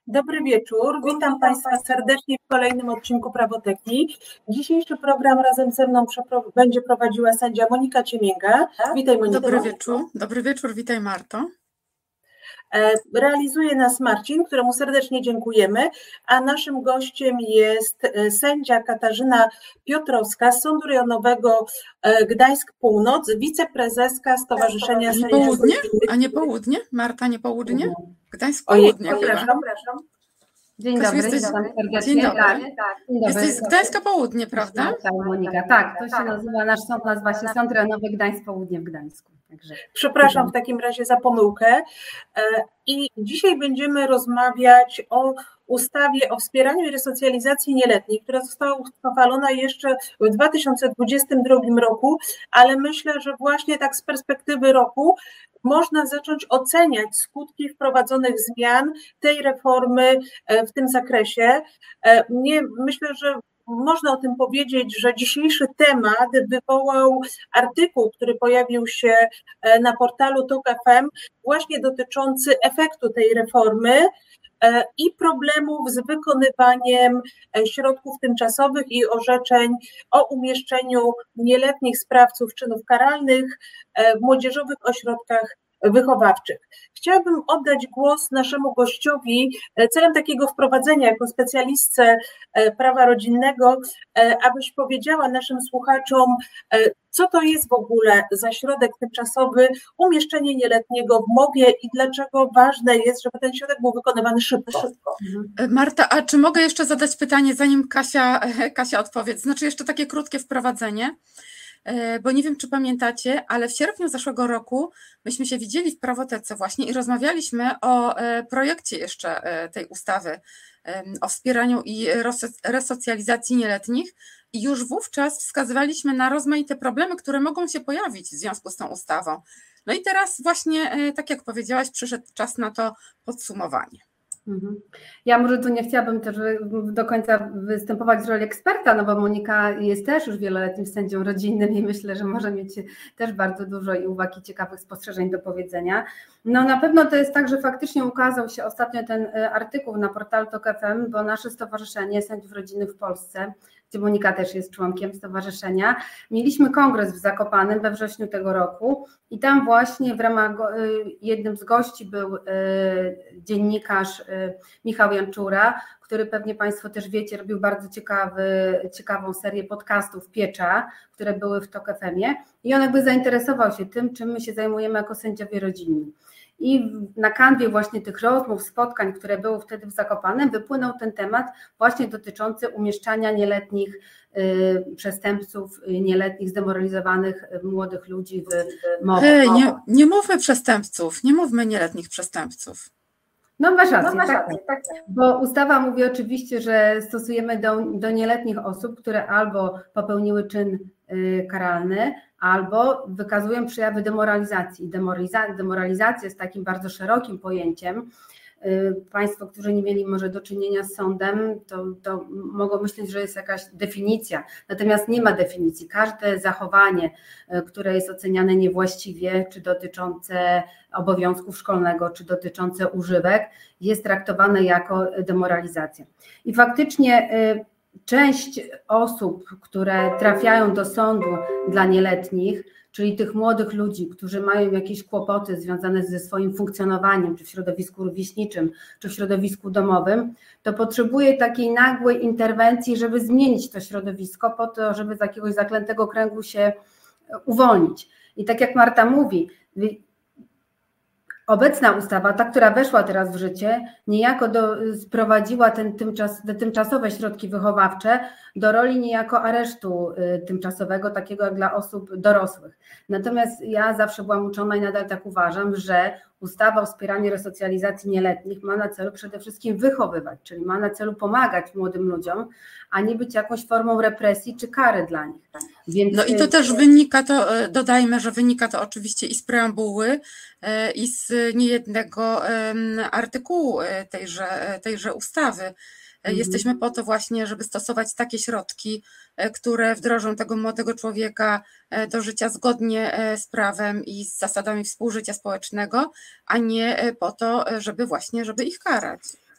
Dobry wieczór, witam Państwa serdecznie w kolejnym odcinku Prawoteki. Dzisiejszy program razem ze mną będzie prowadziła sędzia Monika Ciemięga. Witaj, Monika. Dobry wieczór, witaj, Marto. Realizuje nas Marcin, któremu serdecznie dziękujemy, a naszym gościem jest sędzia Katarzyna Piotrowska z Sądu Rejonowego Gdańsk Północ, wiceprezeska Stowarzyszenia Sędziów. A nie południe? Marta, nie południe? Gdańsk Południe. Przepraszam. Dzień dobry, witam serdecznie. Dzień dobry. Tak. Jesteś z Gdańska Południe, prawda? Tak, Monika, tak, to się nazywa, nasz sąd nazywa się Sąd Rejonowy Gdańsk Południe w Gdańsku. Także... Przepraszam w takim razie za pomyłkę. I dzisiaj będziemy rozmawiać o ustawie o wspieraniu i resocjalizacji nieletnich, która została uchwalona jeszcze w 2022 roku, ale myślę, że właśnie tak z perspektywy roku można zacząć oceniać skutki wprowadzonych zmian tej reformy w tym zakresie. Myślę, że można o tym powiedzieć, że dzisiejszy temat wywołał artykuł, który pojawił się na portalu TOK FM, właśnie dotyczący efektu tej reformy i problemów z wykonywaniem środków tymczasowych i orzeczeń o umieszczeniu nieletnich sprawców czynów karalnych w młodzieżowych ośrodkach wychowawczych. Chciałabym oddać głos naszemu gościowi celem takiego wprowadzenia jako specjalistce prawa rodzinnego, abyś powiedziała naszym słuchaczom, co to jest w ogóle za środek tymczasowy, umieszczenie nieletniego w MOG-ie i dlaczego ważne jest, żeby ten środek był wykonywany szybko. Marta, a czy mogę jeszcze zadać pytanie, zanim Kasia odpowie? Znaczy jeszcze takie krótkie wprowadzenie, bo nie wiem, czy pamiętacie, ale w sierpniu zeszłego roku myśmy się widzieli w Prawotece właśnie i rozmawialiśmy o projekcie jeszcze tej ustawy o wspieraniu i resocjalizacji nieletnich i już wówczas wskazywaliśmy na rozmaite problemy, które mogą się pojawić w związku z tą ustawą. No i teraz właśnie, tak jak powiedziałaś, przyszedł czas na to podsumowanie. Ja może tu nie chciałabym też do końca występować z roli eksperta, no bo Monika jest też już wieloletnim sędzią rodzinnym i myślę, że może mieć też bardzo dużo i uwag i ciekawych spostrzeżeń do powiedzenia. No na pewno to jest tak, że faktycznie ukazał się ostatnio ten artykuł na portalu TOK FM, bo nasze Stowarzyszenie Sędziów Rodzinnych w Polsce, gdzie Monika też jest członkiem stowarzyszenia, mieliśmy kongres w Zakopanem we wrześniu tego roku i tam właśnie w ramach, jednym z gości był dziennikarz Michał Janczura, który pewnie Państwo też wiecie, robił bardzo ciekawą serię podcastów Piecza, które były w TOK FM-ie i on jakby zainteresował się tym, czym my się zajmujemy jako sędziowie rodzinni. I na kanwie właśnie tych rozmów, spotkań, które były wtedy w Zakopanem, wypłynął ten temat właśnie dotyczący umieszczania nieletnich przestępców, nieletnich, zdemoralizowanych młodych ludzi w MOG. Hej, nie mówmy przestępców, nie mówmy nieletnich przestępców. No masz rację, tak. Bo ustawa mówi oczywiście, że stosujemy do nieletnich osób, które albo popełniły czyn karalny, albo wykazują przejawy demoralizacji. Demoralizacja jest takim bardzo szerokim pojęciem. Państwo, którzy nie mieli może do czynienia z sądem, to mogą myśleć, że jest jakaś definicja. Natomiast nie ma definicji. Każde zachowanie, które jest oceniane niewłaściwie, czy dotyczące obowiązków szkolnego, czy dotyczące używek, jest traktowane jako demoralizacja. I faktycznie część osób, które trafiają do sądu dla nieletnich, czyli tych młodych ludzi, którzy mają jakieś kłopoty związane ze swoim funkcjonowaniem, czy w środowisku rówieśniczym, czy w środowisku domowym, to potrzebuje takiej nagłej interwencji, żeby zmienić to środowisko po to, żeby z jakiegoś zaklętego kręgu się uwolnić. I tak jak Marta mówi, obecna ustawa, ta, która weszła teraz w życie, niejako sprowadziła te tymczasowe środki wychowawcze do roli niejako aresztu tymczasowego, takiego jak dla osób dorosłych. Natomiast ja zawsze byłam uczona i nadal tak uważam, że ustawa o wspieraniu resocjalizacji nieletnich ma na celu przede wszystkim wychowywać, czyli ma na celu pomagać młodym ludziom, a nie być jakąś formą represji czy kary dla nich. Więc... No i to też wynika, dodajmy, że wynika to oczywiście i z preambuły, i z niejednego artykułu tejże ustawy. Jesteśmy po to właśnie, żeby stosować takie środki, które wdrożą tego młodego człowieka do życia zgodnie z prawem i z zasadami współżycia społecznego, a nie po to, żeby ich karać.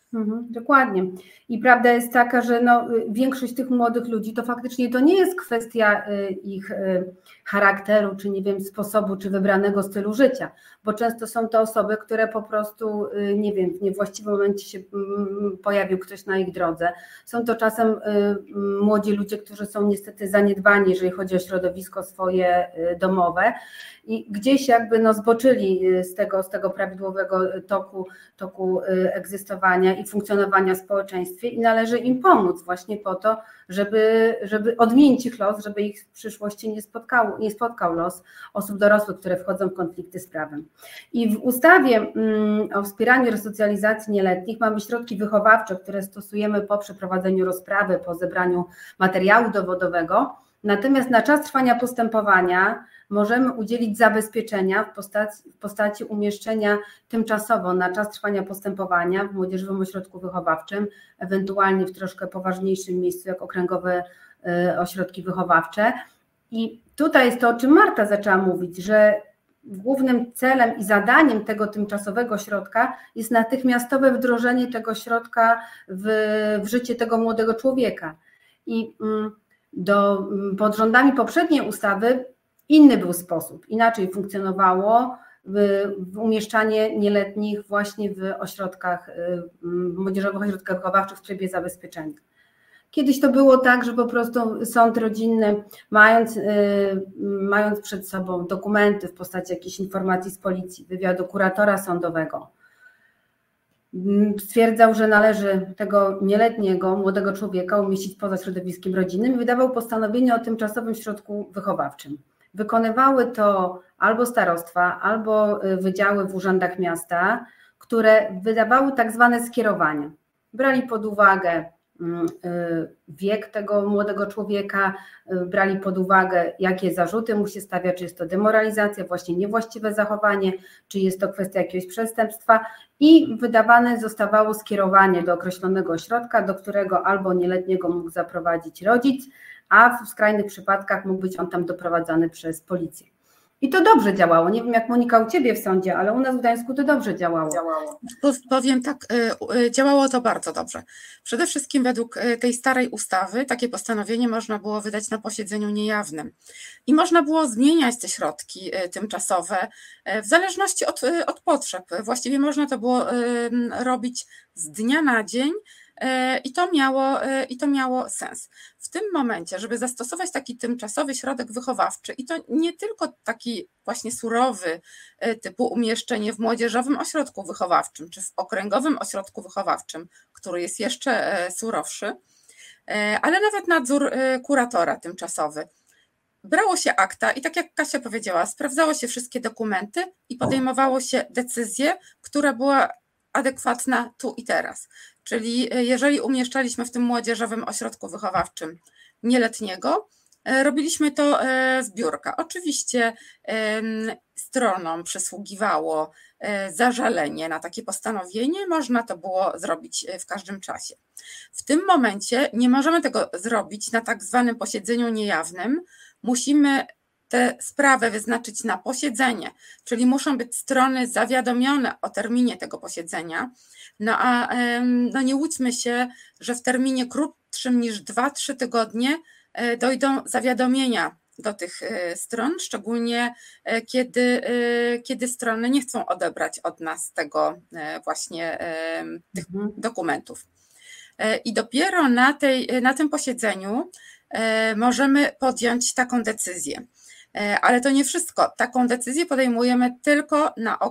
Dokładnie. I prawda jest taka, że większość tych młodych ludzi to faktycznie to nie jest kwestia ich charakteru, czy nie wiem, sposobu, czy wybranego stylu życia, bo często są to osoby, które po prostu, nie wiem, w niewłaściwym momencie się pojawił ktoś na ich drodze. Są to czasem młodzi ludzie, którzy są niestety zaniedbani, jeżeli chodzi o środowisko swoje domowe i gdzieś jakby zboczyli z tego prawidłowego toku egzystowania i funkcjonowania w społeczeństwie i należy im pomóc właśnie po to, żeby odmienić ich los, żeby ich w przyszłości nie spotkał los osób dorosłych, które wchodzą w konflikty z prawem. I w ustawie o wspieraniu resocjalizacji nieletnich mamy środki wychowawcze, które stosujemy po przeprowadzeniu rozprawy, po zebraniu materiału dowodowego, natomiast na czas trwania postępowania możemy udzielić zabezpieczenia w postaci umieszczenia tymczasowo na czas trwania postępowania w młodzieżowym ośrodku wychowawczym, ewentualnie w troszkę poważniejszym miejscu jak okręgowe ośrodki wychowawcze. I tutaj jest to, o czym Marta zaczęła mówić, że głównym celem i zadaniem tego tymczasowego ośrodka jest natychmiastowe wdrożenie tego środka w życie tego młodego człowieka. I pod rządami poprzedniej ustawy inny był sposób, inaczej funkcjonowało umieszczanie nieletnich właśnie w ośrodkach, w młodzieżowych ośrodkach wychowawczych w trybie zabezpieczenia. Kiedyś to było tak, że po prostu sąd rodzinny, mając przed sobą dokumenty w postaci jakichś informacji z policji, wywiadu kuratora sądowego, stwierdzał, że należy tego nieletniego, młodego człowieka umieścić poza środowiskiem rodzinnym i wydawał postanowienie o tymczasowym środku wychowawczym. Wykonywały to albo starostwa, albo wydziały w urzędach miasta, które wydawały tak zwane skierowania. Brali pod uwagę wiek tego młodego człowieka, brali pod uwagę, jakie zarzuty mu się stawia, czy jest to demoralizacja, właśnie niewłaściwe zachowanie, czy jest to kwestia jakiegoś przestępstwa i wydawane zostawało skierowanie do określonego ośrodka, do którego albo nieletniego mógł zaprowadzić rodzic, a w skrajnych przypadkach mógł być on tam doprowadzany przez policję. I to dobrze działało. Nie wiem jak Monika u Ciebie w sądzie, ale u nas w Gdańsku to dobrze działało. Powiem tak, działało to bardzo dobrze. Przede wszystkim według tej starej ustawy takie postanowienie można było wydać na posiedzeniu niejawnym i można było zmieniać te środki tymczasowe w zależności od potrzeb. Właściwie można to było robić z dnia na dzień, i to miało sens. W tym momencie, żeby zastosować taki tymczasowy środek wychowawczy i to nie tylko taki właśnie surowy typu umieszczenie w młodzieżowym ośrodku wychowawczym czy w okręgowym ośrodku wychowawczym, który jest jeszcze surowszy, ale nawet nadzór kuratora tymczasowy. Brało się akta i tak jak Kasia powiedziała, sprawdzało się wszystkie dokumenty i podejmowało się decyzję, która była adekwatna tu i teraz. Czyli jeżeli umieszczaliśmy w tym młodzieżowym ośrodku wychowawczym nieletniego, robiliśmy to z biurka. Oczywiście stronom przysługiwało zażalenie na takie postanowienie, można to było zrobić w każdym czasie. W tym momencie nie możemy tego zrobić na tak zwanym posiedzeniu niejawnym, musimy tę sprawę wyznaczyć na posiedzenie, czyli muszą być strony zawiadomione o terminie tego posiedzenia, a nie łudźmy się, że w terminie krótszym niż 2-3 tygodnie dojdą zawiadomienia do tych stron, szczególnie kiedy strony nie chcą odebrać od nas tego właśnie tych dokumentów. I dopiero na tym posiedzeniu możemy podjąć taką decyzję. Ale to nie wszystko. Taką decyzję podejmujemy tylko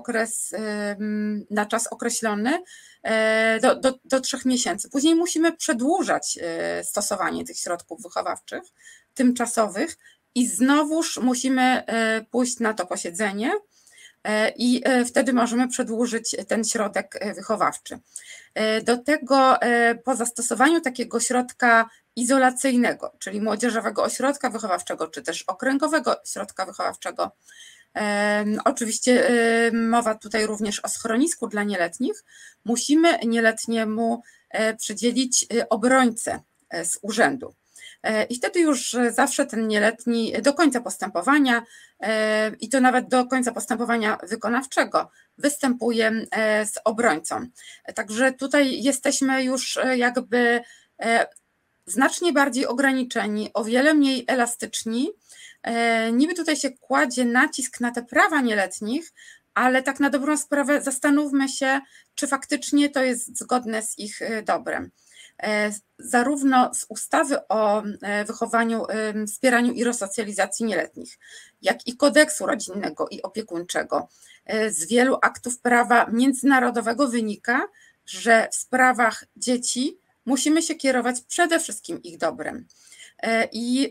na czas określony do 3 miesięcy. Później musimy przedłużać stosowanie tych środków wychowawczych tymczasowych i znowuż musimy pójść na to posiedzenie i wtedy możemy przedłużyć ten środek wychowawczy. Do tego po zastosowaniu takiego środka izolacyjnego, czyli młodzieżowego ośrodka wychowawczego, czy też okręgowego ośrodka wychowawczego. Oczywiście mowa tutaj również o schronisku dla nieletnich. Musimy nieletniemu przydzielić obrońcę z urzędu. I wtedy już zawsze ten nieletni do końca postępowania i to nawet do końca postępowania wykonawczego występuje z obrońcą. Także tutaj jesteśmy już jakby znacznie bardziej ograniczeni, o wiele mniej elastyczni. Niby tutaj się kładzie nacisk na te prawa nieletnich, ale tak na dobrą sprawę zastanówmy się, czy faktycznie to jest zgodne z ich dobrem. Zarówno z ustawy o wychowaniu, wspieraniu i resocjalizacji nieletnich, jak i kodeksu rodzinnego i opiekuńczego, z wielu aktów prawa międzynarodowego wynika, że w sprawach dzieci musimy się kierować przede wszystkim ich dobrem. I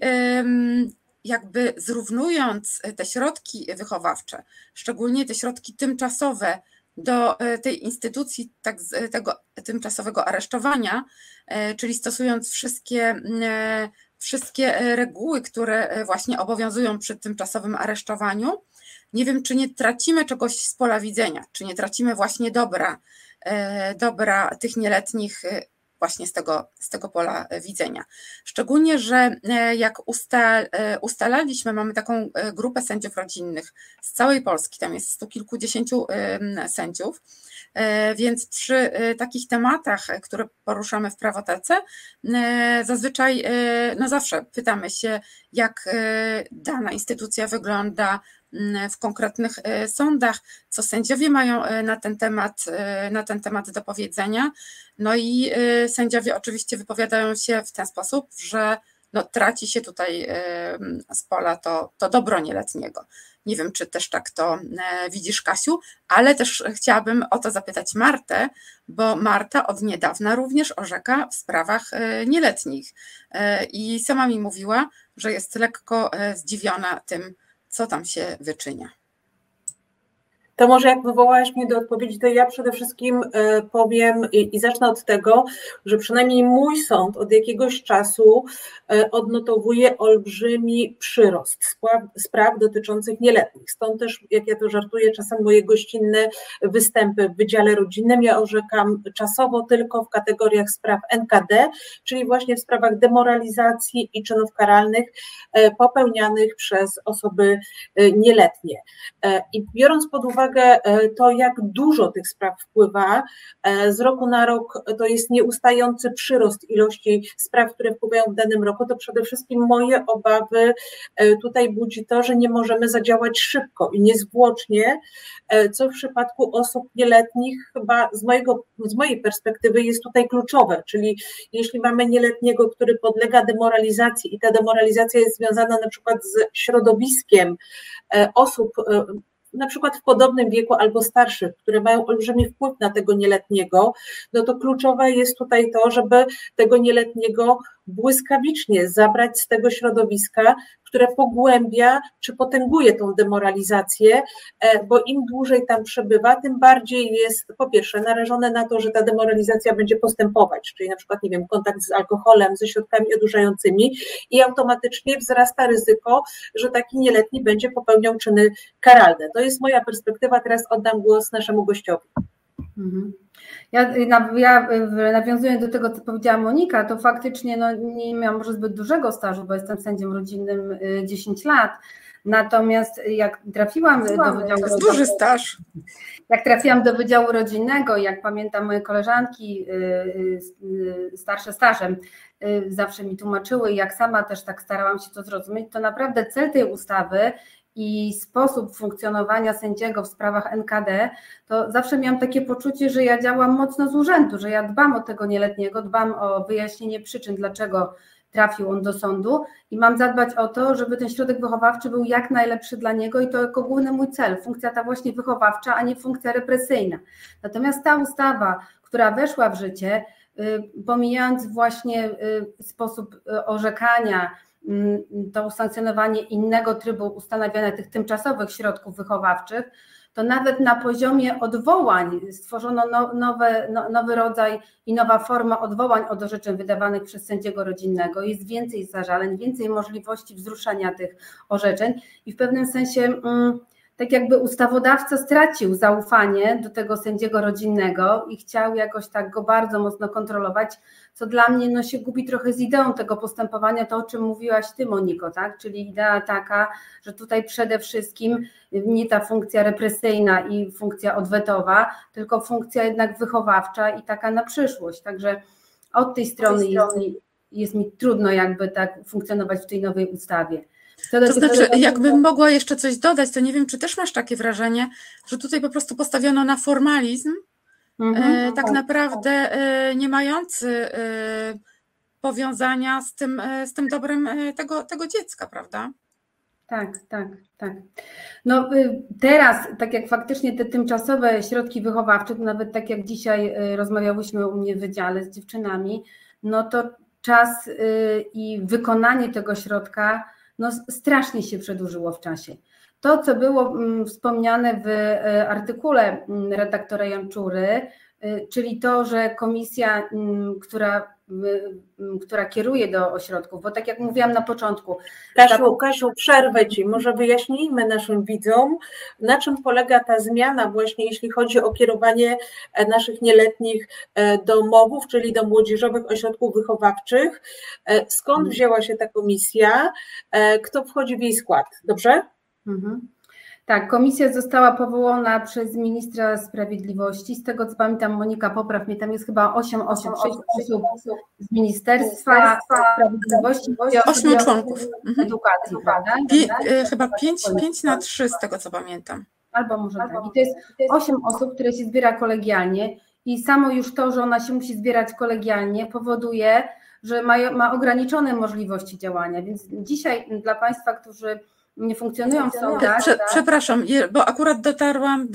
jakby zrównując te środki wychowawcze, szczególnie te środki tymczasowe do tej instytucji tego tymczasowego aresztowania, czyli stosując wszystkie reguły, które właśnie obowiązują przy tymczasowym aresztowaniu, nie wiem, czy nie tracimy czegoś z pola widzenia, czy nie tracimy właśnie dobra tych nieletnich właśnie z tego pola widzenia. Szczególnie, że jak ustalaliśmy, mamy taką grupę sędziów rodzinnych z całej Polski, tam jest 100 kilkudziesięciu sędziów, więc przy takich tematach, które poruszamy w prawotece, zazwyczaj, no zawsze pytamy się, jak dana instytucja wygląda w konkretnych sądach, co sędziowie mają na ten temat do powiedzenia. No i sędziowie oczywiście wypowiadają się w ten sposób, że no, traci się tutaj z pola to dobro nieletniego. Nie wiem, czy też tak to widzisz, Kasiu, ale też chciałabym o to zapytać Martę, bo Marta od niedawna również orzeka w sprawach nieletnich i sama mi mówiła, że jest lekko zdziwiona tym, co tam się wyczynia. To może jak wywołałaś mnie do odpowiedzi, to ja przede wszystkim powiem i zacznę od tego, że przynajmniej mój sąd od jakiegoś czasu odnotowuje olbrzymi przyrost spraw dotyczących nieletnich. Stąd też, jak ja to żartuję, czasem moje gościnne występy w Wydziale Rodzinnym ja orzekam czasowo tylko w kategoriach spraw NKD, czyli właśnie w sprawach demoralizacji i czynów karalnych popełnianych przez osoby nieletnie. I biorąc pod uwagę to, jak dużo tych spraw wpływa, z roku na rok to jest nieustający przyrost ilości spraw, które wpływają w danym roku, to przede wszystkim moje obawy tutaj budzi to, że nie możemy zadziałać szybko i niezwłocznie, co w przypadku osób nieletnich chyba z mojej perspektywy jest tutaj kluczowe, czyli jeśli mamy nieletniego, który podlega demoralizacji i ta demoralizacja jest związana na przykład z środowiskiem osób na przykład w podobnym wieku albo starszych, które mają olbrzymi wpływ na tego nieletniego, no to kluczowe jest tutaj to, żeby tego nieletniego błyskawicznie zabrać z tego środowiska, które pogłębia czy potęguje tą demoralizację, bo im dłużej tam przebywa, tym bardziej jest po pierwsze narażone na to, że ta demoralizacja będzie postępować, czyli na przykład, nie wiem, kontakt z alkoholem, ze środkami odurzającymi i automatycznie wzrasta ryzyko, że taki nieletni będzie popełniał czyny karalne. To jest moja perspektywa, teraz oddam głos naszemu gościowi. Ja nawiązując do tego, co powiedziała Monika, to faktycznie nie miałam może zbyt dużego stażu, bo jestem sędzią rodzinnym 10 lat, natomiast jak trafiłam do Wydziału duży staż. Jak trafiłam do Wydziału Rodzinnego, jak pamiętam moje koleżanki starsze stażem, zawsze mi tłumaczyły, jak sama też tak starałam się to zrozumieć, to naprawdę cel tej ustawy i sposób funkcjonowania sędziego w sprawach NKD, to zawsze miałam takie poczucie, że ja działam mocno z urzędu, że ja dbam o tego nieletniego, dbam o wyjaśnienie przyczyn, dlaczego trafił on do sądu i mam zadbać o to, żeby ten środek wychowawczy był jak najlepszy dla niego i to jako główny mój cel, funkcja ta właśnie wychowawcza, a nie funkcja represyjna. Natomiast ta ustawa, która weszła w życie, pomijając właśnie sposób orzekania, to usankcjonowanie innego trybu ustanawiania tych tymczasowych środków wychowawczych, to nawet na poziomie odwołań stworzono nowy rodzaj i nowa forma odwołań od orzeczeń wydawanych przez sędziego rodzinnego. Jest więcej zażaleń, więcej możliwości wzruszania tych orzeczeń i w pewnym sensie tak jakby ustawodawca stracił zaufanie do tego sędziego rodzinnego i chciał jakoś tak go bardzo mocno kontrolować, co dla mnie się gubi trochę z ideą tego postępowania, to o czym mówiłaś Ty, Moniko, tak? Czyli idea taka, że tutaj przede wszystkim nie ta funkcja represyjna i funkcja odwetowa, tylko funkcja jednak wychowawcza i taka na przyszłość. Także od tej strony jest mi trudno jakby tak funkcjonować w tej nowej ustawie. To znaczy, jakbym mogła jeszcze coś dodać, to nie wiem, czy też masz takie wrażenie, że tutaj po prostu postawiono na formalizm, tak naprawdę nie mający powiązania z tym dobrem tego dziecka, prawda? Tak. No teraz, tak jak faktycznie te tymczasowe środki wychowawcze, to nawet tak jak dzisiaj rozmawiałyśmy u mnie w wydziale z dziewczynami, no to czas i wykonanie tego środka strasznie się przedłużyło w czasie. To, co było wspomniane w artykule redaktora Janczury, czyli to, że komisja, która kieruje do ośrodków, bo tak jak mówiłam na początku. Kasiu, przerwę Ci, może wyjaśnijmy naszym widzom, na czym polega ta zmiana właśnie, jeśli chodzi o kierowanie naszych nieletnich do MOW-ów, czyli do młodzieżowych ośrodków wychowawczych. Skąd wzięła się ta komisja, kto wchodzi w jej skład, dobrze? Tak, komisja została powołana przez ministra sprawiedliwości. Z tego co pamiętam, Monika, popraw mnie, tam jest chyba 8 osób z Ministerstwa Sprawiedliwości. 8 członków. Edukacji, prawda? Chyba 5/3 z tego co pamiętam. Albo może tak. I to jest 8 osób, które się zbiera kolegialnie i samo już to, że ona się musi zbierać kolegialnie, powoduje, że ma ograniczone możliwości działania. Więc dzisiaj dla Państwa, którzy nie funkcjonują w sądach. Przepraszam, bo akurat dotarłam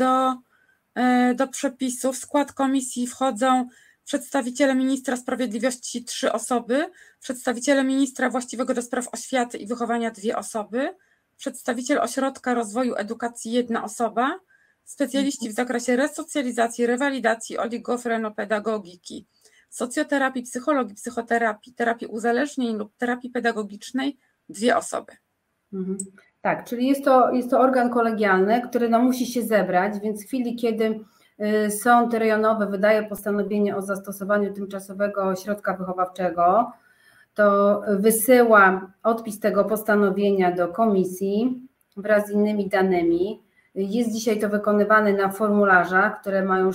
do przepisów. W skład komisji wchodzą przedstawiciele ministra sprawiedliwości 3 osoby, przedstawiciele ministra właściwego do spraw oświaty i wychowania 2 osoby, przedstawiciel ośrodka rozwoju edukacji 1 osoba, specjaliści w zakresie resocjalizacji, rewalidacji, oligofrenopedagogiki, socjoterapii, psychologii, psychoterapii, terapii uzależnień lub terapii pedagogicznej 2 osoby. Tak, czyli jest to organ kolegialny, który musi się zebrać, więc w chwili, kiedy sąd rejonowy wydaje postanowienie o zastosowaniu tymczasowego środka wychowawczego, to wysyła odpis tego postanowienia do komisji wraz z innymi danymi. Jest dzisiaj to wykonywane na formularzach, które mają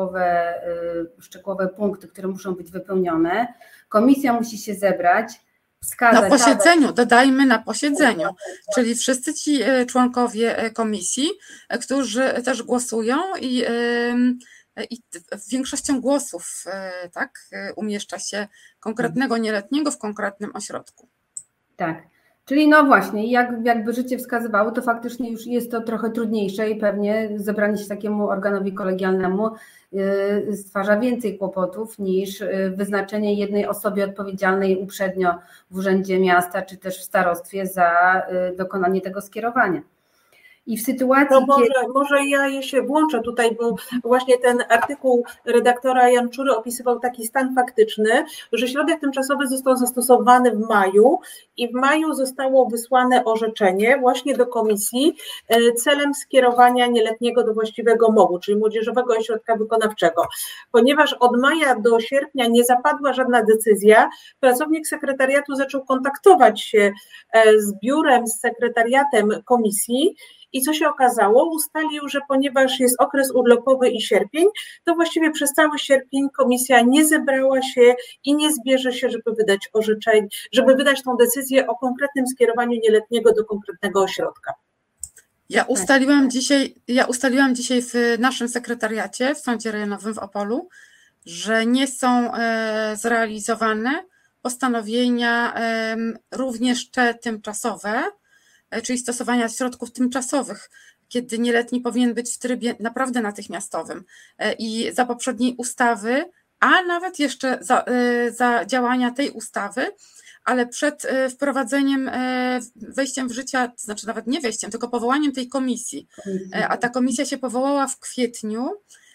szczegółowe punkty, które muszą być wypełnione. Komisja musi się zebrać, wskazać. Na posiedzeniu, dodajmy na posiedzeniu, czyli wszyscy ci członkowie komisji, którzy też głosują i większością głosów tak, umieszcza się konkretnego nieletniego w konkretnym ośrodku. Tak, czyli właśnie, jakby życie wskazywało, to faktycznie już jest to trochę trudniejsze i pewnie zebranie się takiemu organowi kolegialnemu stwarza więcej kłopotów niż wyznaczenie jednej osobie odpowiedzialnej uprzednio w urzędzie miasta czy też w starostwie za dokonanie tego skierowania. I w sytuacji, może ja się włączę tutaj, bo właśnie ten artykuł redaktora Janczury opisywał taki stan faktyczny, że środek tymczasowy został zastosowany w maju i w maju zostało wysłane orzeczenie właśnie do komisji celem skierowania nieletniego do właściwego MOW-u, czyli Młodzieżowego Ośrodka Wykonawczego. Ponieważ od maja do sierpnia nie zapadła żadna decyzja, pracownik sekretariatu zaczął kontaktować się z biurem, z sekretariatem komisji. I co się okazało? Ustalił, że ponieważ jest okres urlopowy i sierpień, to właściwie przez cały sierpień komisja nie zebrała się i nie zbierze się, żeby wydać orzeczenie, żeby wydać tą decyzję o konkretnym skierowaniu nieletniego do konkretnego ośrodka. Ja ustaliłam dzisiaj w naszym sekretariacie w Sądzie Rejonowym w Opolu, że nie są zrealizowane postanowienia również te tymczasowe, czyli stosowania środków tymczasowych, kiedy nieletni powinien być w trybie naprawdę natychmiastowym. I za poprzedniej ustawy, a nawet jeszcze za działania tej ustawy, ale przed wprowadzeniem, wejściem w życie, to znaczy nawet nie wejściem, tylko powołaniem tej komisji. A ta komisja się powołała w kwietniu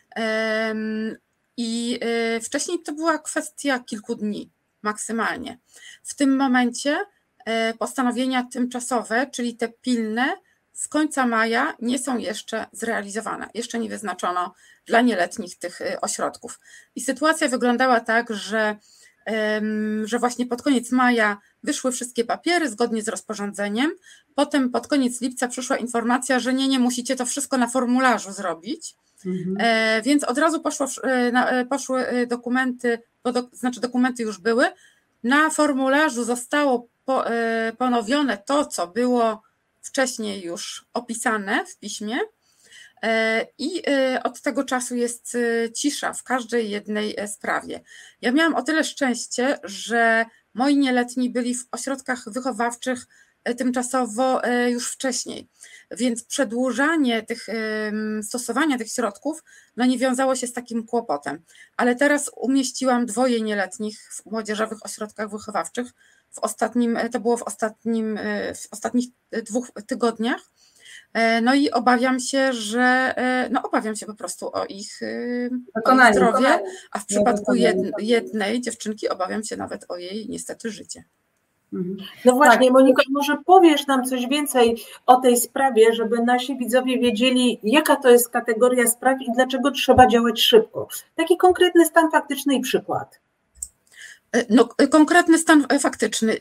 i wcześniej to była kwestia kilku dni maksymalnie. W tym momencie postanowienia tymczasowe, czyli te pilne, z końca maja nie są jeszcze zrealizowane. Jeszcze nie wyznaczono dla nieletnich tych ośrodków. I sytuacja wyglądała tak, że właśnie pod koniec maja wyszły wszystkie papiery zgodnie z rozporządzeniem. Potem pod koniec lipca przyszła informacja, że nie musicie to wszystko na formularzu zrobić. Więc od razu poszły dokumenty, znaczy dokumenty już były. Na formularzu zostało ponowione to, co było wcześniej już opisane w piśmie. I od tego czasu jest cisza w każdej jednej sprawie. Ja miałam o tyle szczęście, że moi nieletni byli w ośrodkach wychowawczych tymczasowo już wcześniej, więc przedłużanie stosowania tych środków nie wiązało się z takim kłopotem. Ale teraz umieściłam 2 nieletnich w młodzieżowych ośrodkach wychowawczych to było w ostatnich 2 tygodniach. No i obawiam się, obawiam się po prostu o ich zdrowie, a w przypadku jednej dziewczynki obawiam się nawet o jej niestety życie. No właśnie, tak. Monika, może powiesz nam coś więcej o tej sprawie, żeby nasi widzowie wiedzieli, jaka to jest kategoria spraw i dlaczego trzeba działać szybko. Taki konkretny stan faktyczny i przykład. No, konkretny stan faktyczny.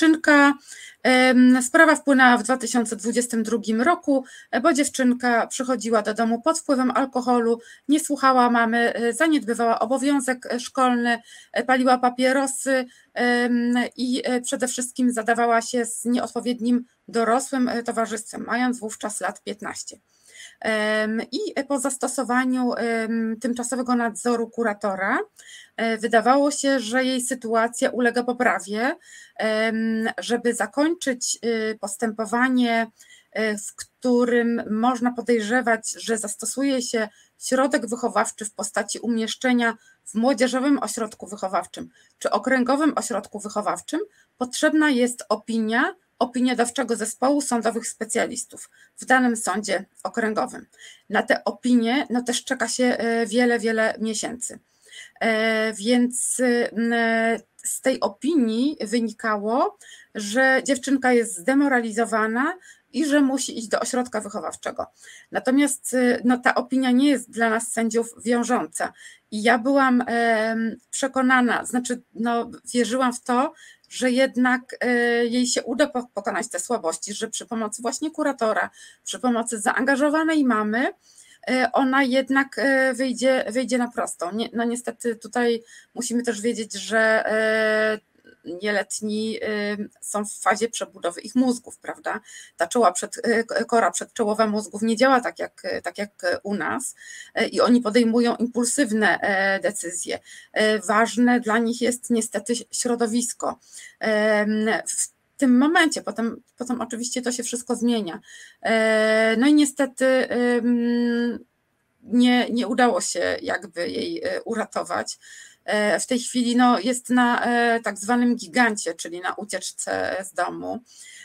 Sprawa wpłynęła w 2022 roku, bo dziewczynka przychodziła do domu pod wpływem alkoholu, nie słuchała mamy, zaniedbywała obowiązek szkolny, paliła papierosy i przede wszystkim zadawała się z nieodpowiednim dorosłym towarzystwem, mając wówczas lat 15. I po zastosowaniu tymczasowego nadzoru kuratora wydawało się, że jej sytuacja ulega poprawie. Żeby zakończyć postępowanie, w którym można podejrzewać, że zastosuje się środek wychowawczy w postaci umieszczenia w młodzieżowym ośrodku wychowawczym czy okręgowym ośrodku wychowawczym, potrzebna jest opinia opiniodawczego zespołu sądowych specjalistów w danym sądzie okręgowym. Na te opinie też czeka się wiele miesięcy. Więc z tej opinii wynikało, że dziewczynka jest zdemoralizowana i że musi iść do ośrodka wychowawczego. Natomiast ta opinia nie jest dla nas sędziów wiążąca i ja byłam przekonana, wierzyłam w to, że jednak jej się uda pokonać te słabości, że przy pomocy właśnie kuratora, przy pomocy zaangażowanej mamy, ona jednak wyjdzie na prostą. Niestety tutaj musimy też wiedzieć, że nieletni są w fazie przebudowy ich mózgów, prawda? Ta kora przedczołowa mózgów nie działa tak jak u nas i oni podejmują impulsywne decyzje. Ważne dla nich jest niestety środowisko. W tym momencie, potem oczywiście to się wszystko zmienia. No i niestety nie udało się jakby jej uratować. W tej chwili jest na tak zwanym gigancie, czyli na ucieczce z domu.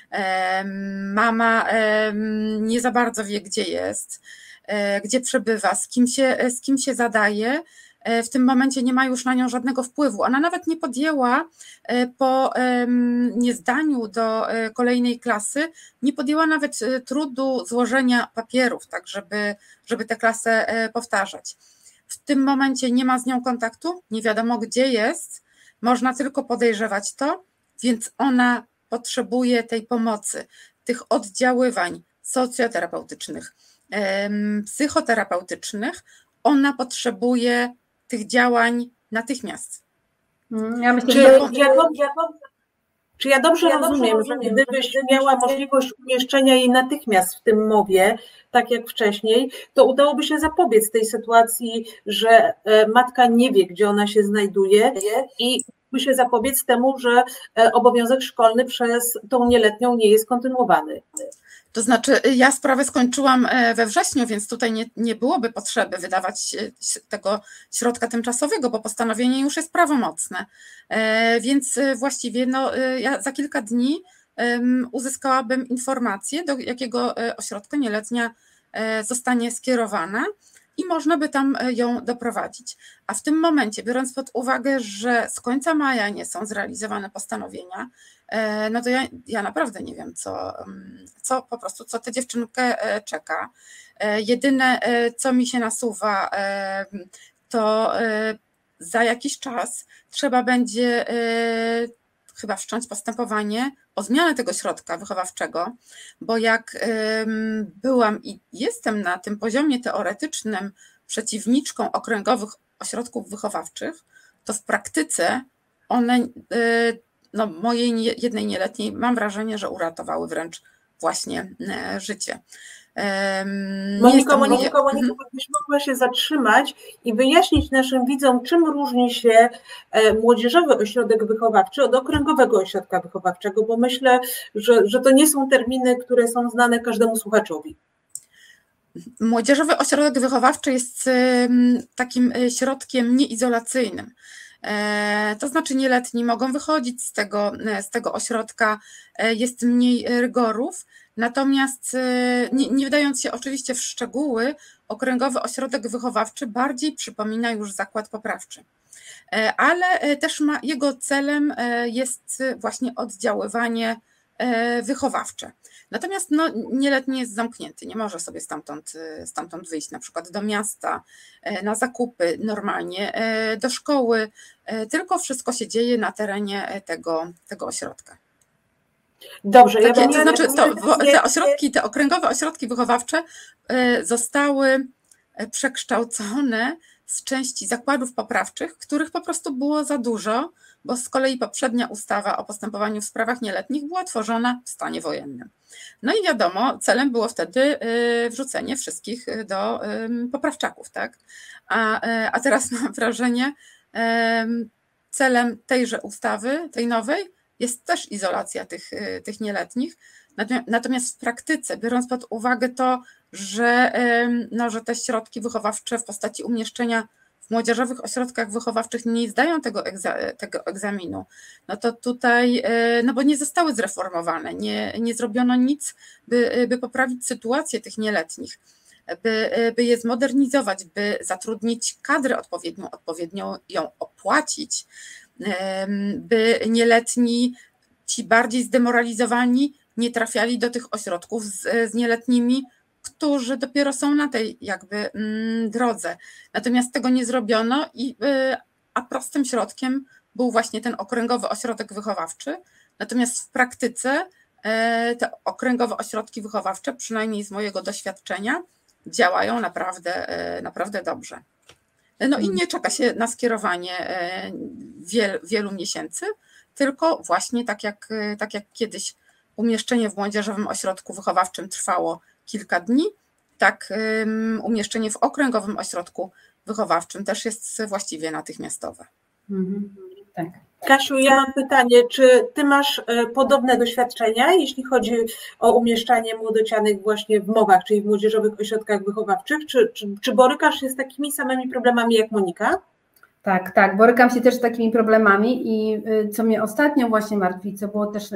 Mama nie za bardzo wie, gdzie jest, gdzie przebywa, z kim się zadaje. W tym momencie nie ma już na nią żadnego wpływu. Ona nawet nie podjęła po niezdaniu do kolejnej klasy, nie podjęła nawet trudu złożenia papierów, tak żeby tę klasę powtarzać. W tym momencie nie ma z nią kontaktu, nie wiadomo gdzie jest, można tylko podejrzewać to, więc ona potrzebuje tej pomocy, tych oddziaływań socjoterapeutycznych, psychoterapeutycznych, ona potrzebuje tych działań natychmiast. Ja myślę, Czy ja dobrze rozumiem, że gdybyś miała możliwość umieszczenia jej natychmiast w tym MOW-ie, tak jak wcześniej, to udałoby się zapobiec tej sytuacji, że matka nie wie, gdzie ona się znajduje i by się zapobiec temu, że obowiązek szkolny przez tą nieletnią nie jest kontynuowany. To znaczy, ja sprawę skończyłam we wrześniu, więc tutaj nie byłoby potrzeby wydawać tego środka tymczasowego, bo postanowienie już jest prawomocne. Więc właściwie ja za kilka dni uzyskałabym informację, do jakiego ośrodka nieletnia zostanie skierowana i można by tam ją doprowadzić. A w tym momencie, biorąc pod uwagę, że z końca maja nie są zrealizowane postanowienia, no to ja naprawdę nie wiem, co tę dziewczynkę czeka. Jedyne, co mi się nasuwa, to za jakiś czas trzeba będzie chyba wszcząć postępowanie o zmianę tego środka wychowawczego, bo jak byłam i jestem na tym poziomie teoretycznym przeciwniczką okręgowych ośrodków wychowawczych, to w praktyce one, no mojej jednej nieletniej, mam wrażenie, że uratowały wręcz właśnie życie. Moniko, gdybyś mogła się zatrzymać i wyjaśnić naszym widzom, czym różni się młodzieżowy ośrodek wychowawczy od okręgowego ośrodka wychowawczego, bo myślę, że to nie są terminy, które są znane każdemu słuchaczowi. Młodzieżowy ośrodek wychowawczy jest takim środkiem nieizolacyjnym. To znaczy nieletni mogą wychodzić z tego ośrodka, jest mniej rygorów, natomiast nie wdając się oczywiście w szczegóły, okręgowy ośrodek wychowawczy bardziej przypomina już zakład poprawczy, ale też jego celem jest właśnie oddziaływanie wychowawcze. Natomiast nieletni jest zamknięty, nie może sobie stamtąd wyjść na przykład do miasta, na zakupy normalnie, do szkoły, tylko wszystko się dzieje na terenie tego ośrodka. Dobrze, te okręgowe ośrodki wychowawcze zostały przekształcone z części zakładów poprawczych, których po prostu było za dużo, bo z kolei poprzednia ustawa o postępowaniu w sprawach nieletnich była tworzona w stanie wojennym. No i wiadomo, celem było wtedy wrzucenie wszystkich do poprawczaków, tak? A teraz mam wrażenie, celem tejże ustawy, tej nowej, jest też izolacja tych nieletnich. Natomiast w praktyce, biorąc pod uwagę to, że te środki wychowawcze w postaci umieszczenia w młodzieżowych ośrodkach wychowawczych nie zdają tego egzaminu, no to tutaj, bo nie zostały zreformowane, nie zrobiono nic, by poprawić sytuację tych nieletnich, by je zmodernizować, by zatrudnić kadrę odpowiednio ją opłacić, by nieletni, ci bardziej zdemoralizowani, nie trafiali do tych ośrodków z nieletnimi, którzy dopiero są na tej jakby drodze. Natomiast tego nie zrobiono, a prostym środkiem był właśnie ten okręgowy ośrodek wychowawczy. Natomiast w praktyce te okręgowe ośrodki wychowawcze, przynajmniej z mojego doświadczenia, działają naprawdę dobrze. No i nie czeka się na skierowanie wielu miesięcy, tylko właśnie tak jak kiedyś umieszczenie w młodzieżowym ośrodku wychowawczym trwało kilka dni, tak umieszczenie w okręgowym ośrodku wychowawczym też jest właściwie natychmiastowe. Tak. Kasiu, ja mam pytanie, czy ty masz podobne doświadczenia, jeśli chodzi o umieszczanie młodocianych właśnie w MOW-ach, czyli w młodzieżowych ośrodkach wychowawczych? Czy borykasz się z takimi samymi problemami jak Monika? Tak, borykam się też z takimi problemami i co mnie ostatnio właśnie martwi, co było też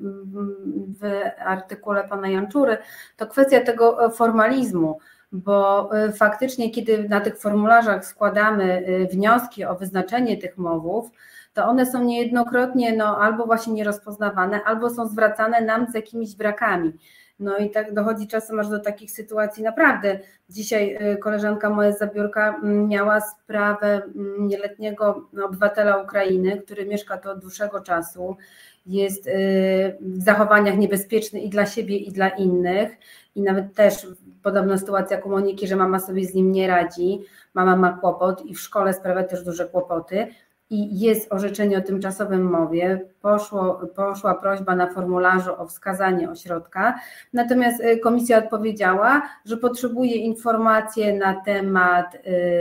w artykule pana Janczury, to kwestia tego formalizmu, bo faktycznie kiedy na tych formularzach składamy wnioski o wyznaczenie tych MOW-ów, to one są niejednokrotnie albo właśnie nierozpoznawane, albo są zwracane nam z jakimiś brakami. No i tak dochodzi czasem aż do takich sytuacji. Naprawdę dzisiaj koleżanka moja z Zabiórka miała sprawę nieletniego obywatela Ukrainy, który mieszka tu od dłuższego czasu, jest w zachowaniach niebezpieczny i dla siebie, i dla innych. I nawet też podobna sytuacja jak u Moniki, że mama sobie z nim nie radzi, mama ma kłopot i w szkole sprawia też duże kłopoty. I jest orzeczenie o tymczasowym MOW-ie, poszła prośba na formularzu o wskazanie ośrodka, natomiast komisja odpowiedziała, że potrzebuje informacji na temat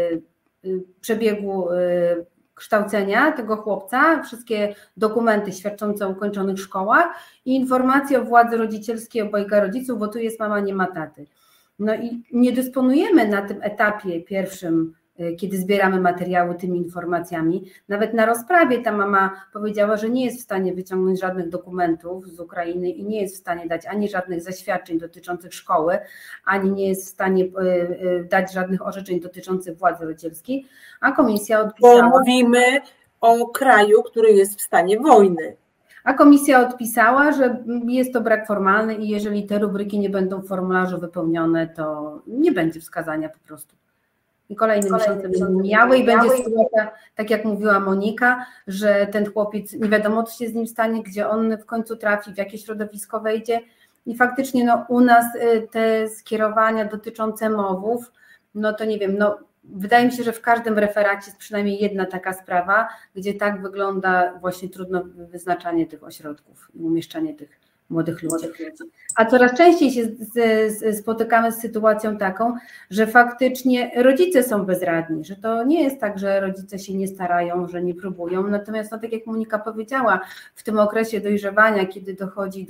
przebiegu kształcenia tego chłopca, wszystkie dokumenty świadczące o ukończonych szkołach i informacje o władzy rodzicielskiej obojga rodziców, bo tu jest mama, nie ma taty. No i nie dysponujemy na tym etapie pierwszym kiedy zbieramy materiały tymi informacjami. Nawet na rozprawie ta mama powiedziała, że nie jest w stanie wyciągnąć żadnych dokumentów z Ukrainy i nie jest w stanie dać ani żadnych zaświadczeń dotyczących szkoły, ani nie jest w stanie dać żadnych orzeczeń dotyczących władzy rodzicielskiej, a komisja odpisała... Bo mówimy o kraju, który jest w stanie wojny. A komisja odpisała, że jest to brak formalny i jeżeli te rubryki nie będą w formularzu wypełnione, to nie będzie wskazania po prostu. I kolejne miesiące będą mijały i będzie sytuacja, tak jak mówiła Monika, że ten chłopiec, nie wiadomo co się z nim stanie, gdzie on w końcu trafi, w jakie środowisko wejdzie i faktycznie no, u nas te skierowania dotyczące MOW-ów, no to nie wiem, no wydaje mi się, że w każdym referacie jest przynajmniej jedna taka sprawa, gdzie tak wygląda właśnie trudno wyznaczanie tych ośrodków i umieszczanie tych młodych ludzi. A coraz częściej się spotykamy z sytuacją taką, że faktycznie rodzice są bezradni, że to nie jest tak, że rodzice się nie starają, że nie próbują, natomiast no, tak jak Monika powiedziała, w tym okresie dojrzewania, kiedy dochodzi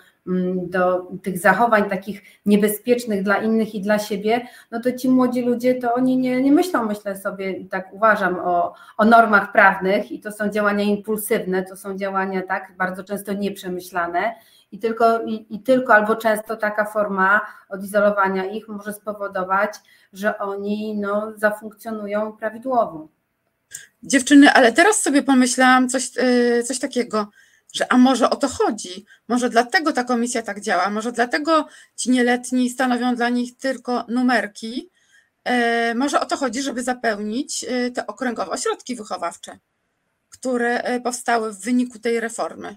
do tych zachowań takich niebezpiecznych dla innych i dla siebie, no to ci młodzi ludzie, to oni nie myślą, myślę sobie, tak uważam, o normach prawnych i to są działania impulsywne, to są działania tak bardzo często nieprzemyślane i tylko albo często taka forma odizolowania ich może spowodować, że oni no, zafunkcjonują prawidłowo. Dziewczyny, ale teraz sobie pomyślałam coś takiego, że a może o to chodzi, może dlatego ta komisja tak działa, może dlatego ci nieletni stanowią dla nich tylko numerki, może o to chodzi, żeby zapełnić te okręgowe ośrodki wychowawcze, które powstały w wyniku tej reformy.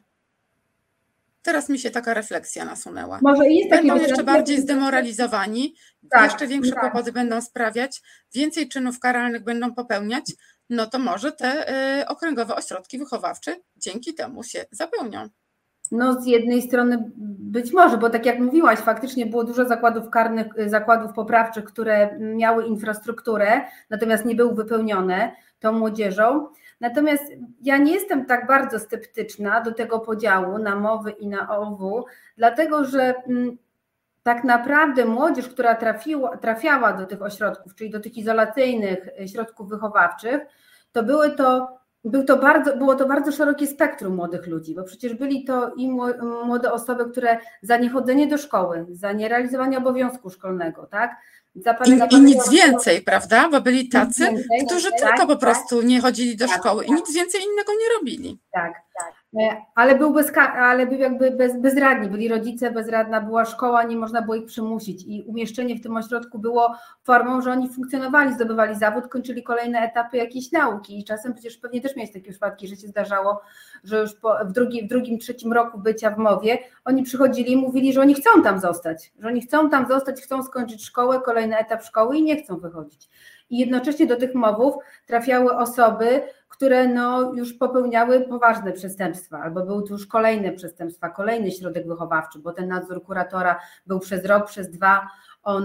Teraz mi się taka refleksja nasunęła. Może jest będą jeszcze bardziej zdemoralizowani, tak, jeszcze większe kłopoty będą sprawiać, więcej czynów karalnych będą popełniać, no to może te okręgowe ośrodki wychowawcze dzięki temu się zapełnią. No z jednej strony być może, bo tak jak mówiłaś, faktycznie było dużo zakładów karnych, zakładów poprawczych, które miały infrastrukturę, natomiast nie były wypełnione tą młodzieżą. Natomiast ja nie jestem tak bardzo sceptyczna do tego podziału na MOW-y i na OW, dlatego że tak naprawdę młodzież, która trafiała do tych ośrodków, czyli do tych izolacyjnych środków wychowawczych, to było to bardzo szerokie spektrum młodych ludzi, bo przecież byli to i młode osoby, które za niechodzenie do szkoły, za nierealizowanie obowiązku szkolnego, tak? I nic więcej, prawda? Bo byli tacy, którzy tylko po prostu nie chodzili do szkoły i nic więcej innego nie robili. Tak. Ale był jakby bezradni, byli rodzice, bezradna była szkoła, nie można było ich przymusić i umieszczenie w tym ośrodku było formą, że oni funkcjonowali, zdobywali zawód, kończyli kolejne etapy jakiejś nauki i czasem przecież pewnie też miałeś takie przypadki, że się zdarzało, że już w drugim, trzecim roku bycia w MOW-ie oni przychodzili i mówili, że oni chcą tam zostać, chcą skończyć szkołę, kolejny etap szkoły i nie chcą wychodzić. I jednocześnie do tych MOW-ów trafiały osoby, które no już popełniały poważne przestępstwa, albo były tu już kolejne przestępstwa, kolejny środek wychowawczy, bo ten nadzór kuratora był przez rok, przez 2, on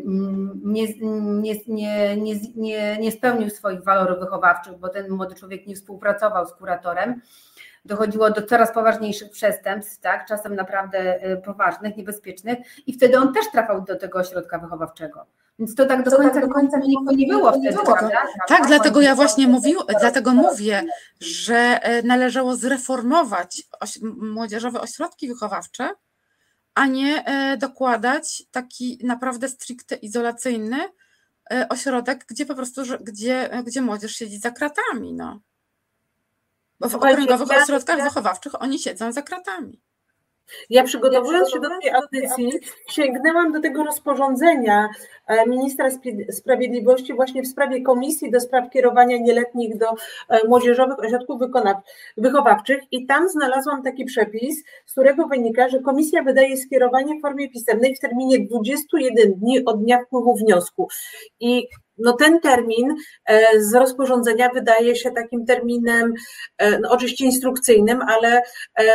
nie spełnił swoich walorów wychowawczych, bo ten młody człowiek nie współpracował z kuratorem. Dochodziło do coraz poważniejszych przestępstw, tak, czasem naprawdę poważnych, niebezpiecznych i wtedy on też trafiał do tego ośrodka wychowawczego. Więc to tak do końca nie było wtedy, prawda? Tak, dlatego ja właśnie mówię, że należało zreformować młodzieżowe ośrodki wychowawcze, a nie dokładać taki naprawdę stricte izolacyjny ośrodek, gdzie po prostu, gdzie młodzież siedzi za kratami, no. Bo w okręgowych ośrodkach wychowawczych oni siedzą za kratami. Ja przygotowując się do tej audycji, sięgnęłam do tego rozporządzenia ministra sprawiedliwości właśnie w sprawie Komisji do spraw kierowania nieletnich do młodzieżowych ośrodków wychowawczych i tam znalazłam taki przepis, z którego wynika, że komisja wydaje skierowanie w formie pisemnej w terminie 21 dni od dnia wpływu wniosku. I no ten termin z rozporządzenia wydaje się takim terminem, no oczywiście instrukcyjnym, ale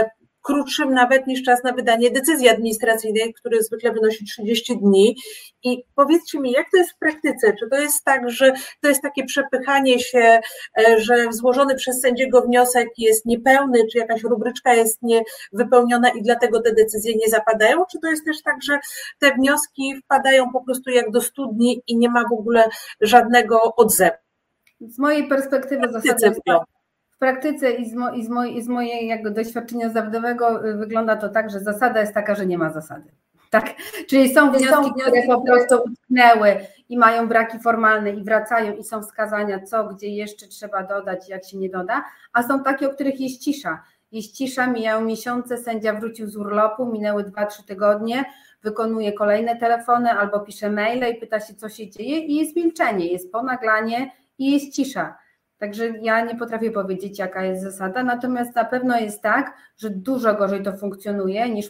krótszym nawet niż czas na wydanie decyzji administracyjnej, który zwykle wynosi 30 dni. I powiedzcie mi, jak to jest w praktyce? Czy to jest tak, że to jest takie przepychanie się, że złożony przez sędziego wniosek jest niepełny, czy jakaś rubryczka jest niewypełniona i dlatego te decyzje nie zapadają? Czy to jest też tak, że te wnioski wpadają po prostu jak do studni i nie ma w ogóle żadnego odzewu? Z mojej perspektywy w praktyce i z mojej jakby doświadczenia zawodowego wygląda to tak, że zasada jest taka, że nie ma zasady. Tak? Czyli są wnioski, które po prostu utknęły i mają braki formalne i wracają i są wskazania, co, gdzie jeszcze trzeba dodać, jak się nie doda, a są takie, o których jest cisza. Jest cisza, mijają miesiące, sędzia wrócił z urlopu, minęły 2-3 tygodnie, wykonuje kolejne telefony albo pisze maile i pyta się, co się dzieje i jest milczenie, jest ponaglanie i jest cisza. Także ja nie potrafię powiedzieć, jaka jest zasada, natomiast na pewno jest tak, że dużo gorzej to funkcjonuje niż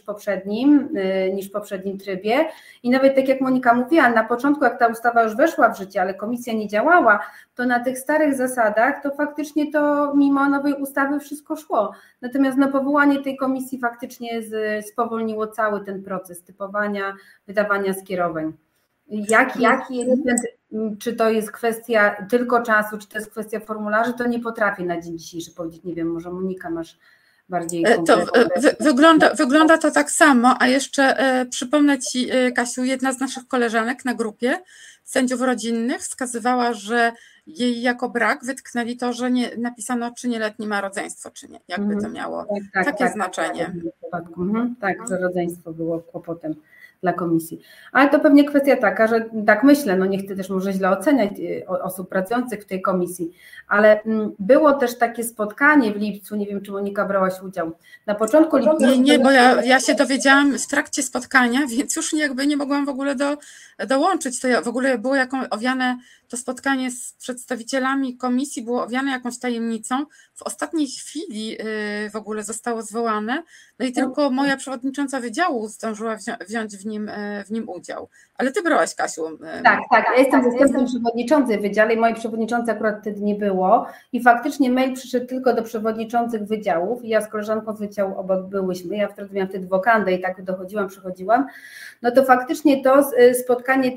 w poprzednim trybie i nawet tak jak Monika mówiła, na początku jak ta ustawa już weszła w życie, ale komisja nie działała, to na tych starych zasadach to faktycznie to mimo nowej ustawy wszystko szło. Natomiast powołanie tej komisji faktycznie spowolniło cały ten proces typowania, wydawania skierowań. Jaki jest, czy to jest kwestia tylko czasu, czy to jest kwestia formularzy, to nie potrafię na dzień dzisiejszy powiedzieć. Nie wiem, może Monika masz bardziej konkretne. Wygląda to tak samo, a jeszcze przypomnę Ci, Kasiu, jedna z naszych koleżanek na grupie sędziów rodzinnych wskazywała, że jej jako brak wytknęli to, że nie napisano, czy nieletni ma rodzeństwo, czy nie. Jakby to miało takie znaczenie. Tak, że rodzeństwo było kłopotem dla komisji. Ale to pewnie kwestia taka, że tak myślę, nie chcę też może źle oceniać osób pracujących w tej komisji, ale było też takie spotkanie w lipcu, nie wiem, czy Monika brałaś udział, na początku lipca. Nie, bo ja się dowiedziałam w trakcie spotkania, więc już jakby nie mogłam w ogóle dołączyć. To w ogóle było owiane, to spotkanie z przedstawicielami komisji było owiane jakąś tajemnicą. W ostatniej chwili w ogóle zostało zwołane, i tylko moja przewodnicząca wydziału zdążyła wziąć w nim udział. Ale ty brałaś, Kasiu. Tak, ja jestem zastępcą przewodniczącej w wydziale i mojej przewodniczącej akurat wtedy nie było i faktycznie mail przyszedł tylko do przewodniczących wydziałów i ja z koleżanką z wydziału obok byłyśmy, ja miałam wtedy wokandę i tak przychodziłam, to faktycznie to spotkanie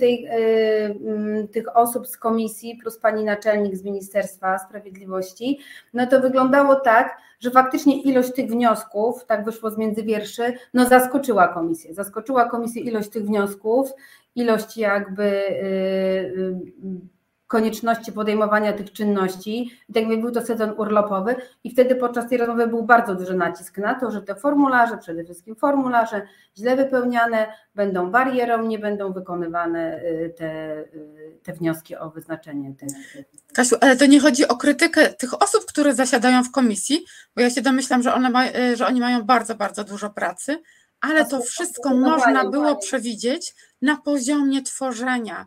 tych osób z komisji plus pani naczelnik z Ministerstwa Sprawiedliwości, to wyglądało tak, że faktycznie ilość tych wniosków, tak wyszło z między wierszy, zaskoczyła komisję ilość tych wniosków, ilość jakby konieczności podejmowania tych czynności, jakby był to sezon urlopowy i wtedy podczas tej rozmowy był bardzo duży nacisk na to, że te formularze, przede wszystkim formularze źle wypełniane, będą barierą, nie będą wykonywane te wnioski o wyznaczenie tych. Kasiu, ale to nie chodzi o krytykę tych osób, które zasiadają w komisji, bo ja się domyślam, że oni mają bardzo, bardzo dużo pracy, ale to wszystko można było przewidzieć na poziomie tworzenia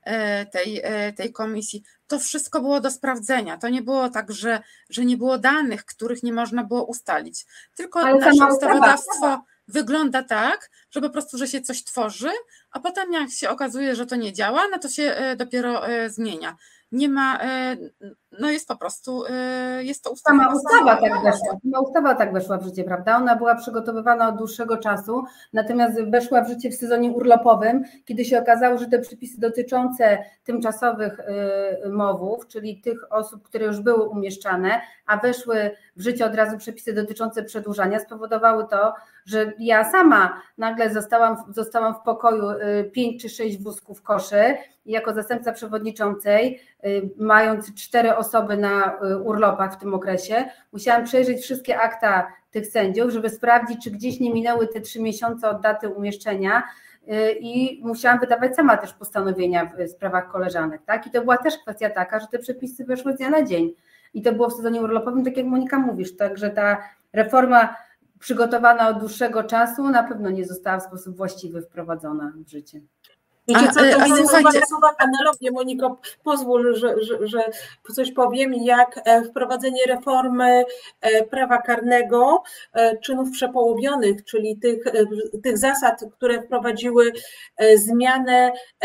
tej komisji. To wszystko było do sprawdzenia. To nie było tak, że nie było danych, których nie można było ustalić. Tylko nasze ustawodawstwo wygląda tak, że po prostu, że się coś tworzy, a potem jak się okazuje, że to nie działa, to się dopiero zmienia. Nie ma, jest po prostu, jest to ustawa. Sama ustawa tak weszła w życie, prawda? Ona była przygotowywana od dłuższego czasu, natomiast weszła w życie w sezonie urlopowym, kiedy się okazało, że te przepisy dotyczące tymczasowych MOW-ów, czyli tych osób, które już były umieszczane, a weszły w życie od razu przepisy dotyczące przedłużania, spowodowały to, że ja sama nagle zostałam w pokoju 5 czy 6 wózków koszy i jako zastępca przewodniczącej, mając 4 osoby na urlopach w tym okresie, musiałam przejrzeć wszystkie akta tych sędziów, żeby sprawdzić, czy gdzieś nie minęły te 3 miesiące od daty umieszczenia i musiałam wydawać sama też postanowienia w sprawach koleżanek. Tak? I to była też kwestia taka, że te przepisy weszły z dnia na dzień i to było w sezonie urlopowym, tak jak Monika mówisz, także ta reforma przygotowana od dłuższego czasu na pewno nie została w sposób właściwy wprowadzona w życie. Wiecie co, to analogię, Moniko, pozwól, że coś powiem, jak wprowadzenie reformy prawa karnego, czynów przepołowionych, czyli tych zasad, które wprowadziły zmianę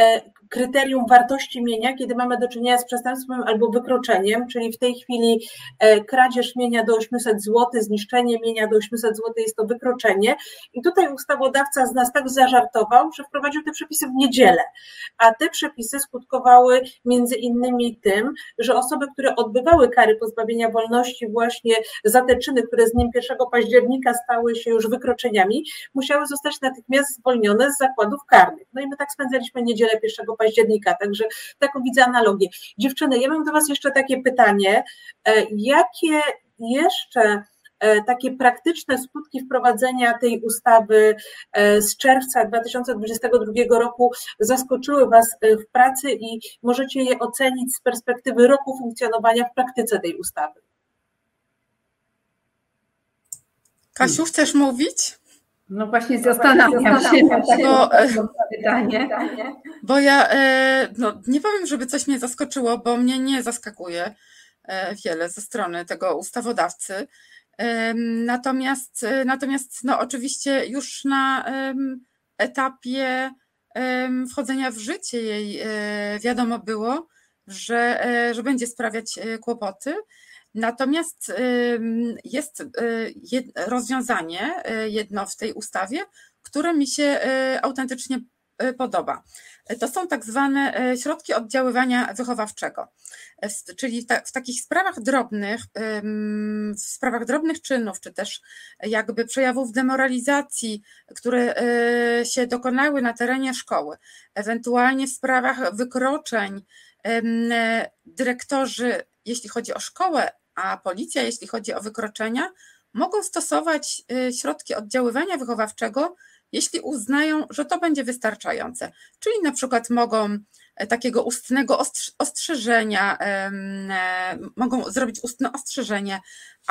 kryterium wartości mienia, kiedy mamy do czynienia z przestępstwem albo wykroczeniem, czyli w tej chwili kradzież mienia do 800 zł, zniszczenie mienia do 800 zł jest to wykroczenie. I tutaj ustawodawca z nas tak zażartował, że wprowadził te przepisy w niedzielę, a te przepisy skutkowały między innymi tym, że osoby, które odbywały kary pozbawienia wolności właśnie za te czyny, które z dniem 1 października stały się już wykroczeniami, musiały zostać natychmiast zwolnione z zakładów karnych. No i my tak spędzaliśmy niedzielę 1 października, także taką widzę analogię. Dziewczyny, ja mam do Was jeszcze takie pytanie, jakie jeszcze takie praktyczne skutki wprowadzenia tej ustawy z czerwca 2022 roku zaskoczyły Was w pracy i możecie je ocenić z perspektywy roku funkcjonowania w praktyce tej ustawy? Kasiu, chcesz mówić? No właśnie zastanawiam się na takie pytanie. Bo ja nie powiem, żeby coś mnie zaskoczyło, bo mnie nie zaskakuje wiele ze strony tego ustawodawcy. Natomiast oczywiście już na etapie wchodzenia w życie jej wiadomo było, że będzie sprawiać kłopoty. Natomiast jest rozwiązanie jedno w tej ustawie, które mi się autentycznie podoba. To są tak zwane środki oddziaływania wychowawczego, czyli w takich sprawach drobnych czynów, czy też jakby przejawów demoralizacji, które się dokonały na terenie szkoły, ewentualnie w sprawach wykroczeń, dyrektorzy, jeśli chodzi o szkołę, a policja, jeśli chodzi o wykroczenia, mogą stosować środki oddziaływania wychowawczego, jeśli uznają, że to będzie wystarczające. Czyli na przykład mogą takiego ustnego ostrzeżenia, mogą zrobić ustne ostrzeżenie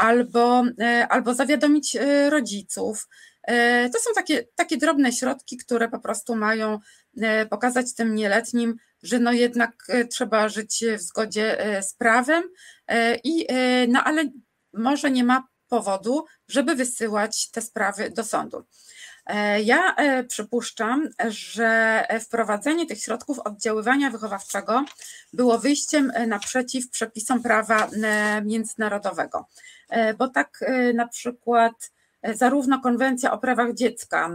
albo zawiadomić rodziców. To są takie drobne środki, które po prostu mają pokazać tym nieletnim, że no jednak trzeba żyć w zgodzie z prawem, ale może nie ma powodu, żeby wysyłać te sprawy do sądu. Ja przypuszczam, że wprowadzenie tych środków oddziaływania wychowawczego było wyjściem naprzeciw przepisom prawa międzynarodowego, bo tak na przykład zarówno Konwencja o prawach dziecka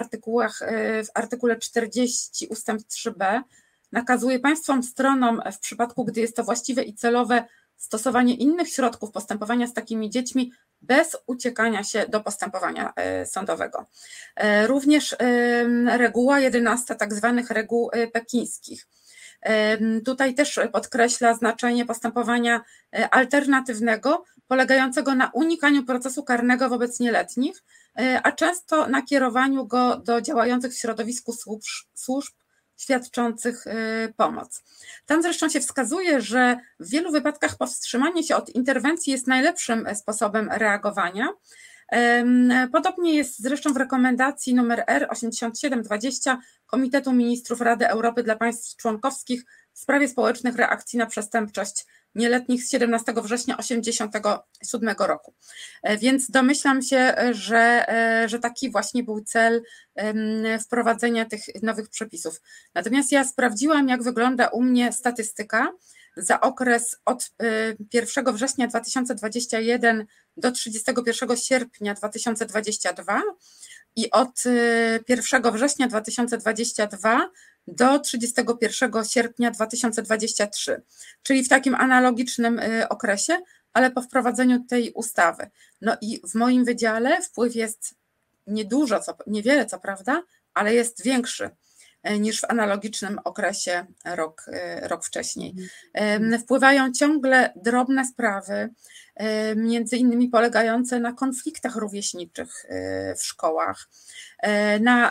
w artykule 40 ustęp 3b nakazuje państwom stronom w przypadku, gdy jest to właściwe i celowe, stosowanie innych środków postępowania z takimi dziećmi bez uciekania się do postępowania sądowego. Również reguła 11 tak zwanych reguł pekińskich. Tutaj też podkreśla znaczenie postępowania alternatywnego, polegającego na unikaniu procesu karnego wobec nieletnich, a często na kierowaniu go do działających w środowisku służb świadczących pomoc. Tam zresztą się wskazuje, że w wielu wypadkach powstrzymanie się od interwencji jest najlepszym sposobem reagowania. Podobnie jest zresztą w rekomendacji nr R8720 Komitetu Ministrów Rady Europy dla państw członkowskich w sprawie społecznych reakcji na przestępczość nieletnich z 17 września 1987 roku. Więc domyślam się, że taki właśnie był cel wprowadzenia tych nowych przepisów. Natomiast ja sprawdziłam, jak wygląda u mnie statystyka za okres od 1 września 2021 do 31 sierpnia 2022 i od 1 września 2022 do 31 sierpnia 2023, czyli w takim analogicznym okresie, ale po wprowadzeniu tej ustawy. No i w moim wydziale wpływ jest niewiele co prawda, ale jest większy niż w analogicznym okresie rok wcześniej. Wpływają ciągle drobne sprawy, między innymi polegające na konfliktach rówieśniczych w szkołach, na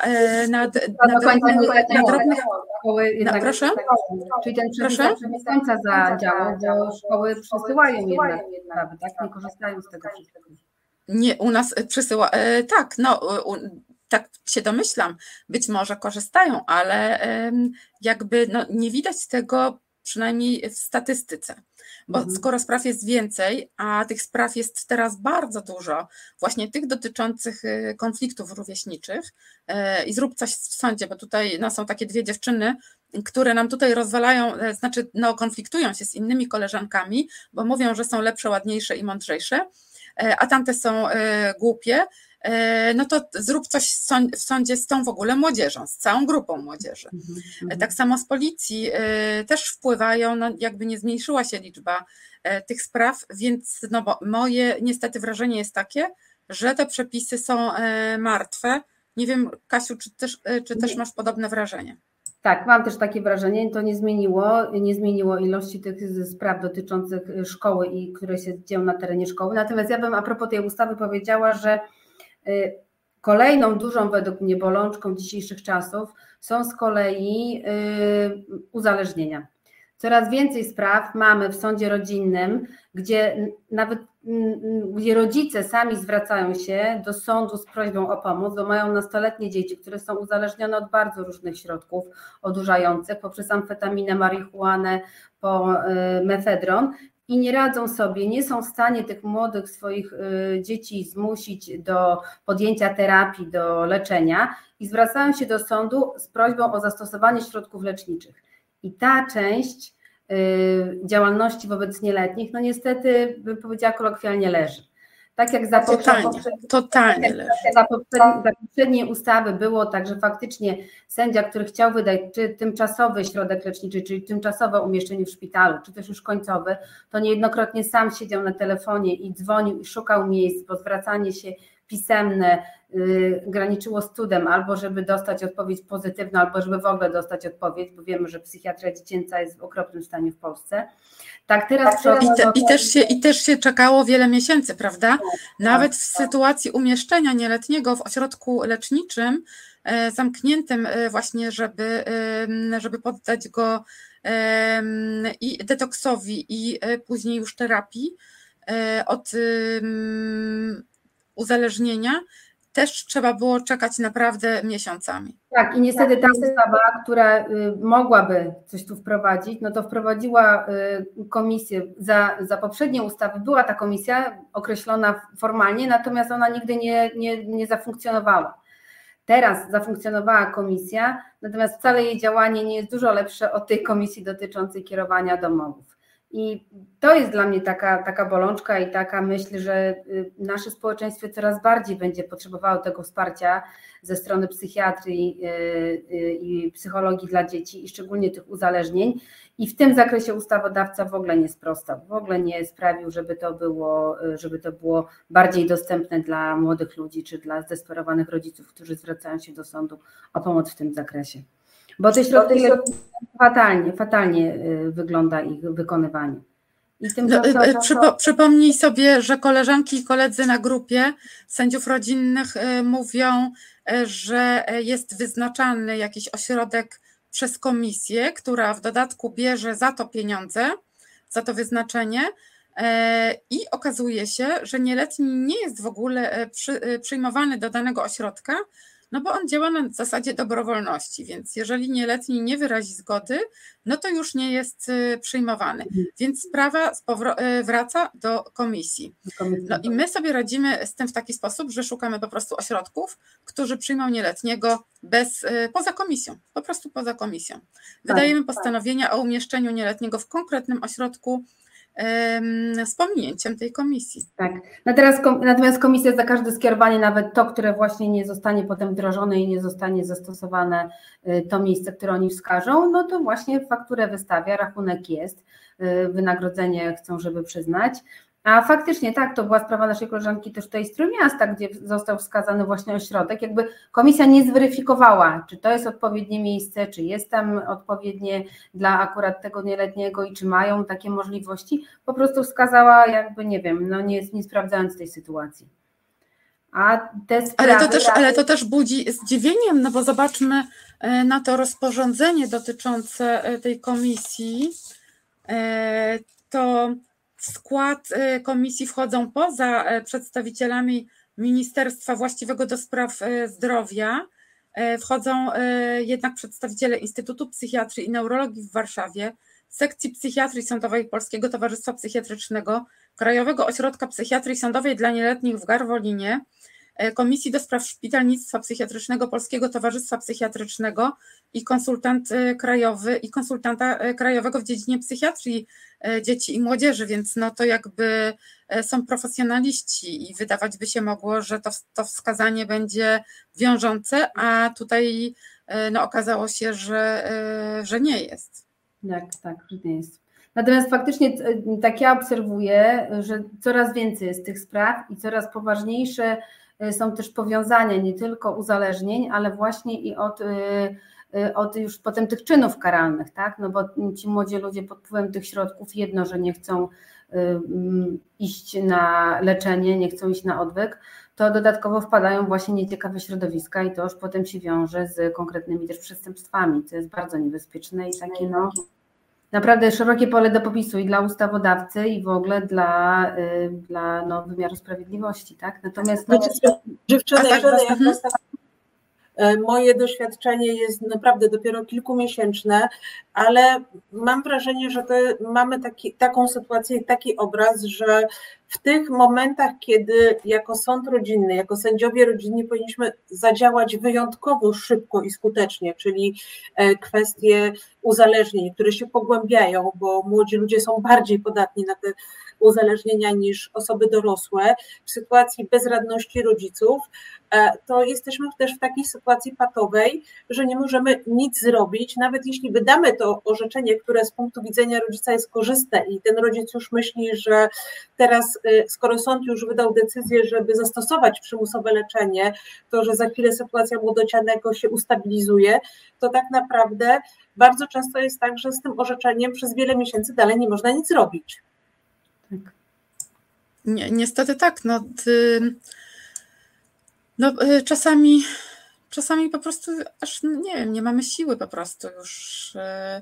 drobnych... Proszę? Czyli ten przepis nie końca zadziałał, bo szkoły przesyłają jednak sprawy, tak? Nie korzystają z tego przepisu. Nie, u nas przysyła... Tak, tak się domyślam, być może korzystają, ale jakby nie widać tego przynajmniej w statystyce, bo skoro spraw jest więcej, a tych spraw jest teraz bardzo dużo, właśnie tych dotyczących konfliktów rówieśniczych i zrób coś w sądzie, bo tutaj są takie dwie dziewczyny, które nam tutaj rozwalają, znaczy konfliktują się z innymi koleżankami, bo mówią, że są lepsze, ładniejsze i mądrzejsze, a tamte są głupie, no to zrób coś w sądzie z tą w ogóle młodzieżą, z całą grupą młodzieży. Tak samo z policji też wpływają, no jakby nie zmniejszyła się liczba tych spraw, więc no bo moje niestety wrażenie jest takie, że te przepisy są martwe. Nie wiem, Kasiu, czy też masz podobne wrażenie? Tak, mam też takie wrażenie, to nie zmieniło ilości tych spraw dotyczących szkoły i które się dzieją na terenie szkoły. Natomiast ja bym a propos tej ustawy powiedziała, że kolejną dużą według mnie bolączką dzisiejszych czasów są z kolei uzależnienia. Coraz więcej spraw mamy w sądzie rodzinnym, gdzie rodzice sami zwracają się do sądu z prośbą o pomoc, bo mają nastoletnie dzieci, które są uzależnione od bardzo różnych środków odurzających, poprzez amfetaminę, marihuanę, po mefedron i nie radzą sobie, nie są w stanie tych młodych swoich dzieci zmusić do podjęcia terapii, do leczenia i zwracają się do sądu z prośbą o zastosowanie środków leczniczych. I ta część działalności wobec nieletnich, no niestety, bym powiedziała kolokwialnie, leży. Tak jak za poprzedniej ustawy było tak, że faktycznie sędzia, który chciał wydać czy tymczasowy środek leczniczy, czyli tymczasowe umieszczenie w szpitalu, czy też już końcowy, to niejednokrotnie sam siedział na telefonie i dzwonił i szukał miejsc, bo zwracanie się pisemne graniczyło z cudem, albo żeby dostać odpowiedź pozytywną, albo żeby w ogóle dostać odpowiedź, bo wiemy, że psychiatria dziecięca jest w okropnym stanie w Polsce. Tak, I też się czekało wiele miesięcy, prawda? Nawet w sytuacji umieszczenia nieletniego w ośrodku leczniczym, zamkniętym właśnie, żeby poddać go i detoksowi, i później już terapii od uzależnienia, też trzeba było czekać naprawdę miesiącami. Tak, i niestety ta ustawa, która mogłaby coś tu wprowadzić, no to wprowadziła komisję, za poprzednie ustawy była ta komisja określona formalnie, natomiast ona nigdy nie zafunkcjonowała. Teraz zafunkcjonowała komisja, natomiast wcale jej działanie nie jest dużo lepsze od tej komisji dotyczącej kierowania domowów. I to jest dla mnie taka bolączka i taka myśl, że nasze społeczeństwo coraz bardziej będzie potrzebowało tego wsparcia ze strony psychiatrii i psychologii dla dzieci i szczególnie tych uzależnień. I w tym zakresie ustawodawca w ogóle nie sprostał, w ogóle nie sprawił, żeby to było bardziej dostępne dla młodych ludzi czy dla zdesperowanych rodziców, którzy zwracają się do sądu o pomoc w tym zakresie. Bo te środki fatalnie wygląda ich wykonywanie. Przypomnij sobie, że koleżanki i koledzy na grupie sędziów rodzinnych mówią, że jest wyznaczany jakiś ośrodek przez komisję, która w dodatku bierze za to pieniądze, za to wyznaczenie i okazuje się, że nieletni nie jest w ogóle przyjmowany do danego ośrodka, no bo on działa na zasadzie dobrowolności, więc jeżeli nieletni nie wyrazi zgody, no to już nie jest przyjmowany, więc sprawa wraca do komisji. No i my sobie radzimy z tym w taki sposób, że szukamy po prostu ośrodków, którzy przyjmą nieletniego poza komisją, po prostu poza komisją. Wydajemy postanowienia o umieszczeniu nieletniego w konkretnym ośrodku z pominięciem tej komisji. Tak. Natomiast komisja za każde skierowanie, nawet to, które właśnie nie zostanie potem wdrożone i nie zostanie zastosowane, to miejsce, które oni wskażą, no to właśnie fakturę wystawia, rachunek jest, wynagrodzenie chcą, żeby przyznać. A faktycznie tak, to była sprawa naszej koleżanki też tutaj z Trójmiasta, gdzie został wskazany właśnie ośrodek. Jakby komisja nie zweryfikowała, czy to jest odpowiednie miejsce, czy jest tam odpowiednie dla akurat tego nieletniego i czy mają takie możliwości. Po prostu wskazała jakby, nie wiem, no nie sprawdzając tej sytuacji. A te sprawy... Ale to też budzi zdziwieniem, no bo zobaczmy na to rozporządzenie dotyczące tej komisji, to w skład komisji wchodzą poza przedstawicielami Ministerstwa właściwego do spraw zdrowia, wchodzą jednak przedstawiciele Instytutu Psychiatrii i Neurologii w Warszawie, Sekcji Psychiatrii Sądowej Polskiego Towarzystwa Psychiatrycznego, Krajowego Ośrodka Psychiatrii Sądowej dla Nieletnich w Garwolinie, Komisji do Spraw Szpitalnictwa Psychiatrycznego Polskiego Towarzystwa Psychiatrycznego i konsultant krajowy i konsultanta krajowego w dziedzinie psychiatrii dzieci i młodzieży, więc no to jakby są profesjonaliści i wydawać by się mogło, że to wskazanie będzie wiążące, a tutaj no okazało się, że nie jest. Tak, że nie jest. Natomiast faktycznie tak ja obserwuję, że coraz więcej jest tych spraw i coraz poważniejsze są też powiązania nie tylko uzależnień, ale właśnie i od już potem tych czynów karalnych, tak? No bo ci młodzi ludzie pod wpływem tych środków jedno, że nie chcą iść na leczenie, nie chcą iść na odwyk, to dodatkowo wpadają właśnie nieciekawe środowiska i to już potem się wiąże z konkretnymi też przestępstwami, co jest bardzo niebezpieczne i takie no naprawdę szerokie pole do popisu i dla ustawodawcy i w ogóle dla no, wymiaru sprawiedliwości, tak? Natomiast dziewczyny, moje doświadczenie jest naprawdę dopiero kilkumiesięczne, ale mam wrażenie, że mamy taką sytuację, taki obraz, że w tych momentach, kiedy jako sąd rodzinny, jako sędziowie rodzinni powinniśmy zadziałać wyjątkowo szybko i skutecznie, czyli kwestie uzależnień, które się pogłębiają, bo młodzi ludzie są bardziej podatni na te uzależnienia niż osoby dorosłe, w sytuacji bezradności rodziców, to jesteśmy też w takiej sytuacji patowej, że nie możemy nic zrobić, nawet jeśli wydamy to orzeczenie, które z punktu widzenia rodzica jest korzystne i ten rodzic już myśli, że teraz, skoro sąd już wydał decyzję, żeby zastosować przymusowe leczenie, to że za chwilę sytuacja młodocianego się ustabilizuje, to tak naprawdę bardzo często jest tak, że z tym orzeczeniem przez wiele miesięcy dalej nie można nic zrobić. Tak. Niestety tak. Czasami po prostu aż nie wiem, nie mamy siły po prostu już.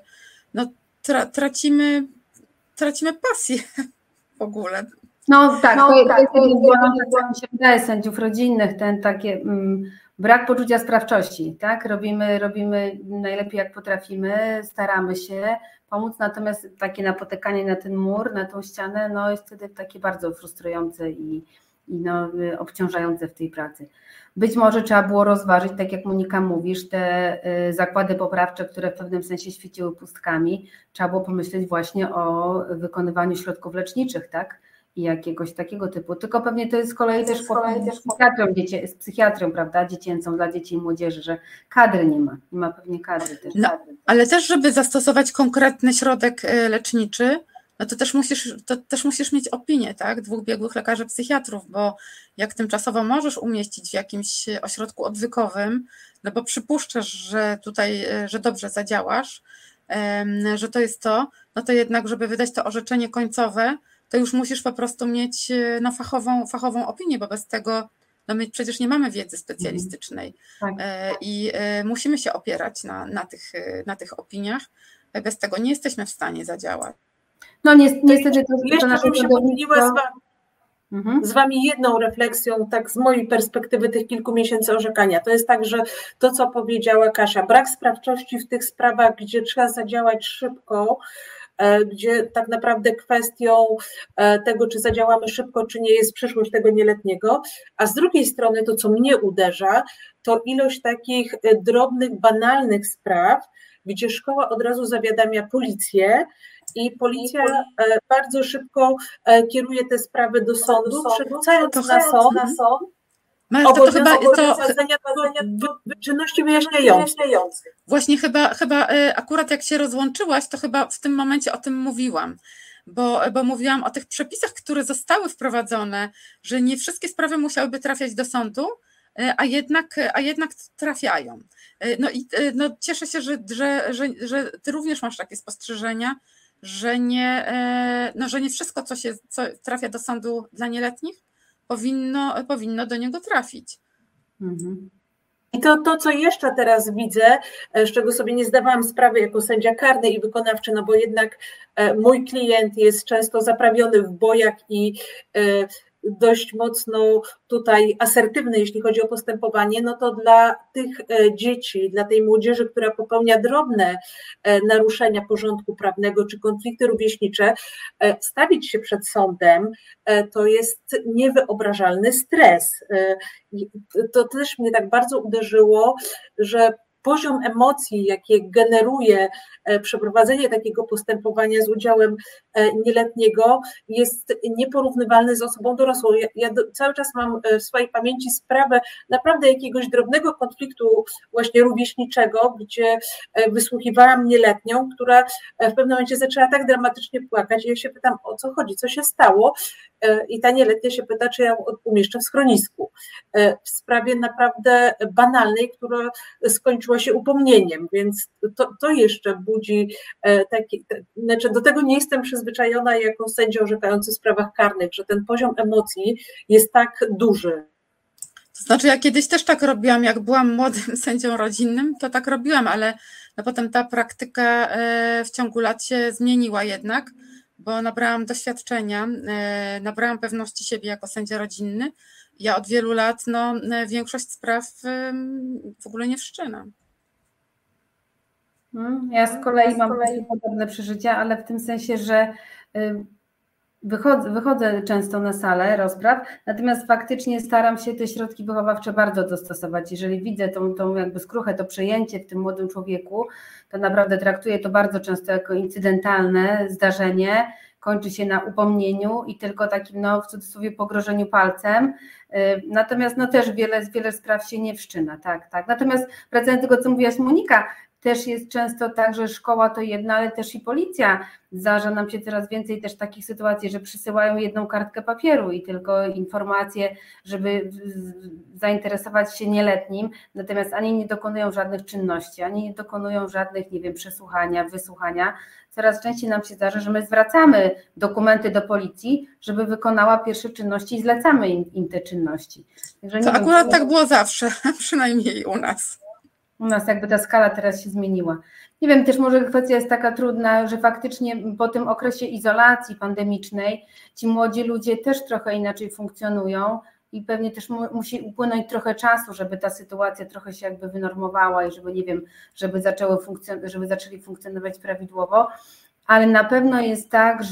Tracimy pasję w ogóle. No tak, to jest mi się wydaje sędziów rodzinnych, ten takie brak poczucia sprawczości, tak? Robimy najlepiej jak potrafimy, staramy się pomóc, natomiast takie napotykanie na ten mur, na tą ścianę, no jest wtedy takie bardzo frustrujące i obciążające w tej pracy. Być może trzeba było rozważyć, tak jak Monika mówisz, te zakłady poprawcze, które w pewnym sensie świeciły pustkami, trzeba było pomyśleć właśnie o wykonywaniu środków leczniczych, tak? I jakiegoś takiego typu. Tylko pewnie to jest z kolei też z psychiatrią, prawda, dziecięcą dla dzieci i młodzieży, że kadry nie ma pewnie kadry też. No, ale też, żeby zastosować konkretny środek leczniczy, no to też musisz mieć opinię, tak, 2 biegłych lekarzy psychiatrów, bo jak tymczasowo możesz umieścić w jakimś ośrodku odwykowym, no bo przypuszczasz, że tutaj, że dobrze zadziałasz, że to jest to, no to jednak, żeby wydać to orzeczenie końcowe, to już musisz po prostu mieć no, fachową opinię, bo bez tego no my przecież nie mamy wiedzy specjalistycznej i musimy się opierać na tych opiniach, bez tego nie jesteśmy w stanie zadziałać. No niestety to jeszcze bym się podzieliła z Wami jedną refleksją, tak z mojej perspektywy tych kilku miesięcy orzekania. To jest tak, że to, co powiedziała Kasia, brak sprawczości w tych sprawach, gdzie trzeba zadziałać szybko, gdzie tak naprawdę kwestią tego, czy zadziałamy szybko, czy nie, jest przyszłość tego nieletniego, a z drugiej strony to, co mnie uderza, to ilość takich drobnych, banalnych spraw, gdzie szkoła od razu zawiadamia policję i policja bardzo szybko kieruje te sprawy do sądu, przerzucając na sąd czynności wyjaśniających. Właśnie chyba akurat jak się rozłączyłaś, to chyba w tym momencie o tym mówiłam, bo mówiłam o tych przepisach, które zostały wprowadzone, że nie wszystkie sprawy musiałyby trafiać do sądu, a jednak trafiają. No i cieszę się, że ty również masz takie spostrzeżenia, że nie wszystko, co trafia do sądu dla nieletnich, powinno do niego trafić. I to, co jeszcze teraz widzę, z czego sobie nie zdawałam sprawy jako sędzia karny i wykonawczy, no bo jednak mój klient jest często zaprawiony w bojach i dość mocno tutaj asertywny, jeśli chodzi o postępowanie, no to dla tych dzieci, dla tej młodzieży, która popełnia drobne naruszenia porządku prawnego czy konflikty rówieśnicze, stawić się przed sądem to jest niewyobrażalny stres. To też mnie tak bardzo uderzyło, że poziom emocji, jakie generuje przeprowadzenie takiego postępowania z udziałem nieletniego, jest nieporównywalny z osobą dorosłą. Ja cały czas mam w swojej pamięci sprawę naprawdę jakiegoś drobnego konfliktu właśnie rówieśniczego, gdzie wysłuchiwałam nieletnią, która w pewnym momencie zaczęła tak dramatycznie płakać i ja się pytam, o co chodzi, co się stało, i ta nieletnia się pyta, czy ja ją umieszczę w schronisku. W sprawie naprawdę banalnej, która skończyła się upomnieniem, więc to jeszcze budzi taki, znaczy do tego nie jestem przyzwyczajona jako sędzia orzekający w sprawach karnych, że ten poziom emocji jest tak duży. To znaczy ja kiedyś też tak robiłam, jak byłam młodym sędzią rodzinnym, to tak robiłam, ale no potem ta praktyka w ciągu lat się zmieniła jednak, bo nabrałam doświadczenia, nabrałam pewności siebie jako sędzia rodzinny. Ja od wielu lat większość spraw w ogóle nie wszczynam. Ja z kolei mam podobne przeżycia, ale w tym sensie, że wychodzę często na salę rozpraw, natomiast faktycznie staram się te środki wychowawcze bardzo dostosować. Jeżeli widzę tą jakby skruchę, to przejęcie w tym młodym człowieku, to naprawdę traktuję to bardzo często jako incydentalne zdarzenie, kończy się na upomnieniu i tylko takim, w cudzysłowie, pogrożeniu palcem. Natomiast też wiele spraw się nie wszczyna, tak. Natomiast wracając do tego, co mówiłaś Monika, też jest często tak, że szkoła to jedna, ale też i policja. Zdarza nam się coraz więcej też takich sytuacji, że przysyłają jedną kartkę papieru i tylko informacje, żeby zainteresować się nieletnim, natomiast ani nie dokonują żadnych czynności, ani nie dokonują żadnych, przesłuchania, wysłuchania. Coraz częściej nam się zdarza, że my zwracamy dokumenty do policji, żeby wykonała pierwsze czynności i zlecamy im te czynności. Także to akurat tak było zawsze, przynajmniej u nas. U nas jakby ta skala teraz się zmieniła. Nie wiem, też może kwestia jest taka trudna, że faktycznie po tym okresie izolacji pandemicznej ci młodzi ludzie też trochę inaczej funkcjonują i pewnie też musi upłynąć trochę czasu, żeby ta sytuacja trochę się jakby wynormowała i żeby zaczęli funkcjonować prawidłowo, ale na pewno jest tak,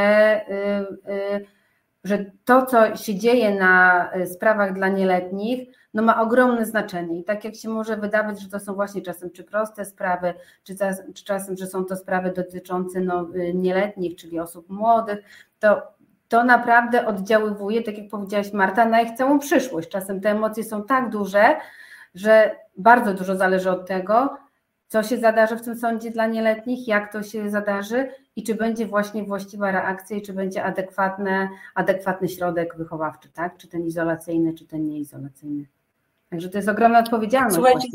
że to, co się dzieje na sprawach dla nieletnich, ma ogromne znaczenie i tak jak się może wydawać, że to są właśnie czasem czy proste sprawy, czy czasem, że są to sprawy dotyczące nieletnich, czyli osób młodych, to naprawdę oddziaływuje, tak jak powiedziałaś Marta, na ich całą przyszłość. Czasem te emocje są tak duże, że bardzo dużo zależy od tego, co się zadarzy w tym sądzie dla nieletnich, jak to się zadarzy i czy będzie właśnie właściwa reakcja i czy będzie adekwatny środek wychowawczy, tak? Czy ten izolacyjny, czy ten nieizolacyjny. Także to jest ogromna odpowiedzialność. Słuchajcie,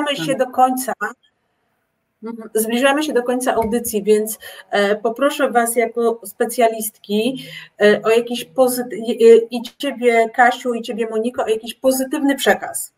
zbliżamy się do końca audycji, więc poproszę Was jako specjalistki o jakiś i Ciebie, Kasiu, i Ciebie, Moniko, o jakiś pozytywny przekaz.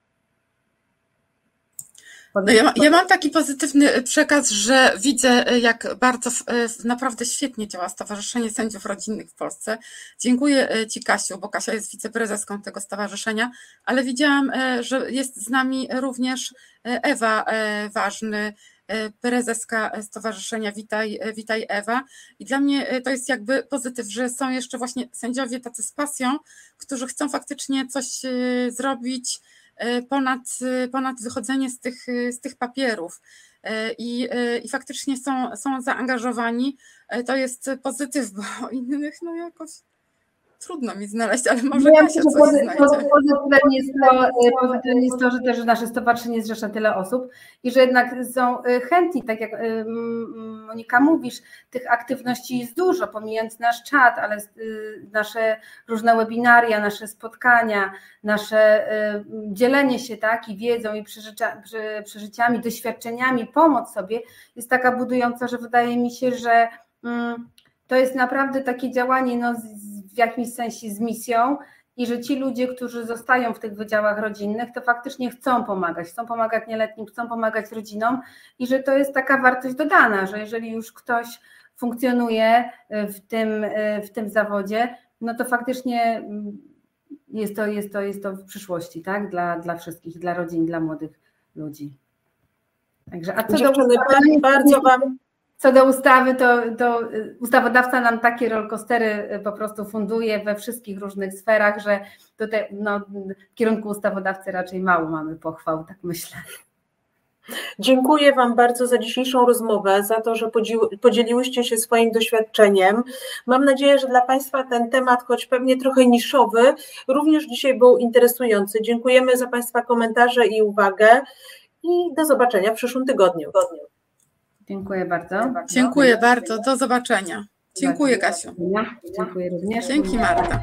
Ja mam taki pozytywny przekaz, że widzę, jak bardzo naprawdę świetnie działa Stowarzyszenie Sędziów Rodzinnych w Polsce. Dziękuję Ci, Kasiu, bo Kasia jest wiceprezeską tego stowarzyszenia, ale widziałam, że jest z nami również Ewa Ważny, prezeska stowarzyszenia. Witaj Ewa. I dla mnie to jest jakby pozytyw, że są jeszcze właśnie sędziowie tacy z pasją, którzy chcą faktycznie coś zrobić ponad wychodzenie z tych papierów i faktycznie są zaangażowani. To jest pozytyw, bo innych jakoś trudno mi znaleźć, ale może Kasia coś znajdzie. Pozytywnie jest to, że też nasze stowarzyszenie zrzesza tyle osób i że jednak są chętni, tak jak Monika mówisz, tych aktywności jest dużo, pomijając nasz czat, ale nasze różne webinaria, nasze spotkania, nasze dzielenie się i wiedzą i przeżyciami, doświadczeniami, pomoc sobie jest taka budująca, że wydaje mi się, że to jest naprawdę takie działanie w jakimś sensie z misją i że ci ludzie, którzy zostają w tych wydziałach rodzinnych, to faktycznie chcą pomagać nieletnim, chcą pomagać rodzinom i że to jest taka wartość dodana, że jeżeli już ktoś funkcjonuje w tym zawodzie, no to faktycznie jest to w przyszłości, tak? Dla wszystkich, dla rodzin, dla młodych ludzi. Także, a Dziewczyny, bardzo Wam... Co do ustawy, to ustawodawca nam takie rollercoastery po prostu funduje we wszystkich różnych sferach, że tutaj w kierunku ustawodawcy raczej mało mamy pochwał, tak myślę. Dziękuję Wam bardzo za dzisiejszą rozmowę, za to, że podzieliłyście się swoim doświadczeniem. Mam nadzieję, że dla Państwa ten temat, choć pewnie trochę niszowy, również dzisiaj był interesujący. Dziękujemy za Państwa komentarze i uwagę i do zobaczenia w przyszłym tygodniu. Dziękuję bardzo. Dziękuję bardzo, do zobaczenia. Dziękuję, Kasiu. Dziękuję również. Dzięki, Marta.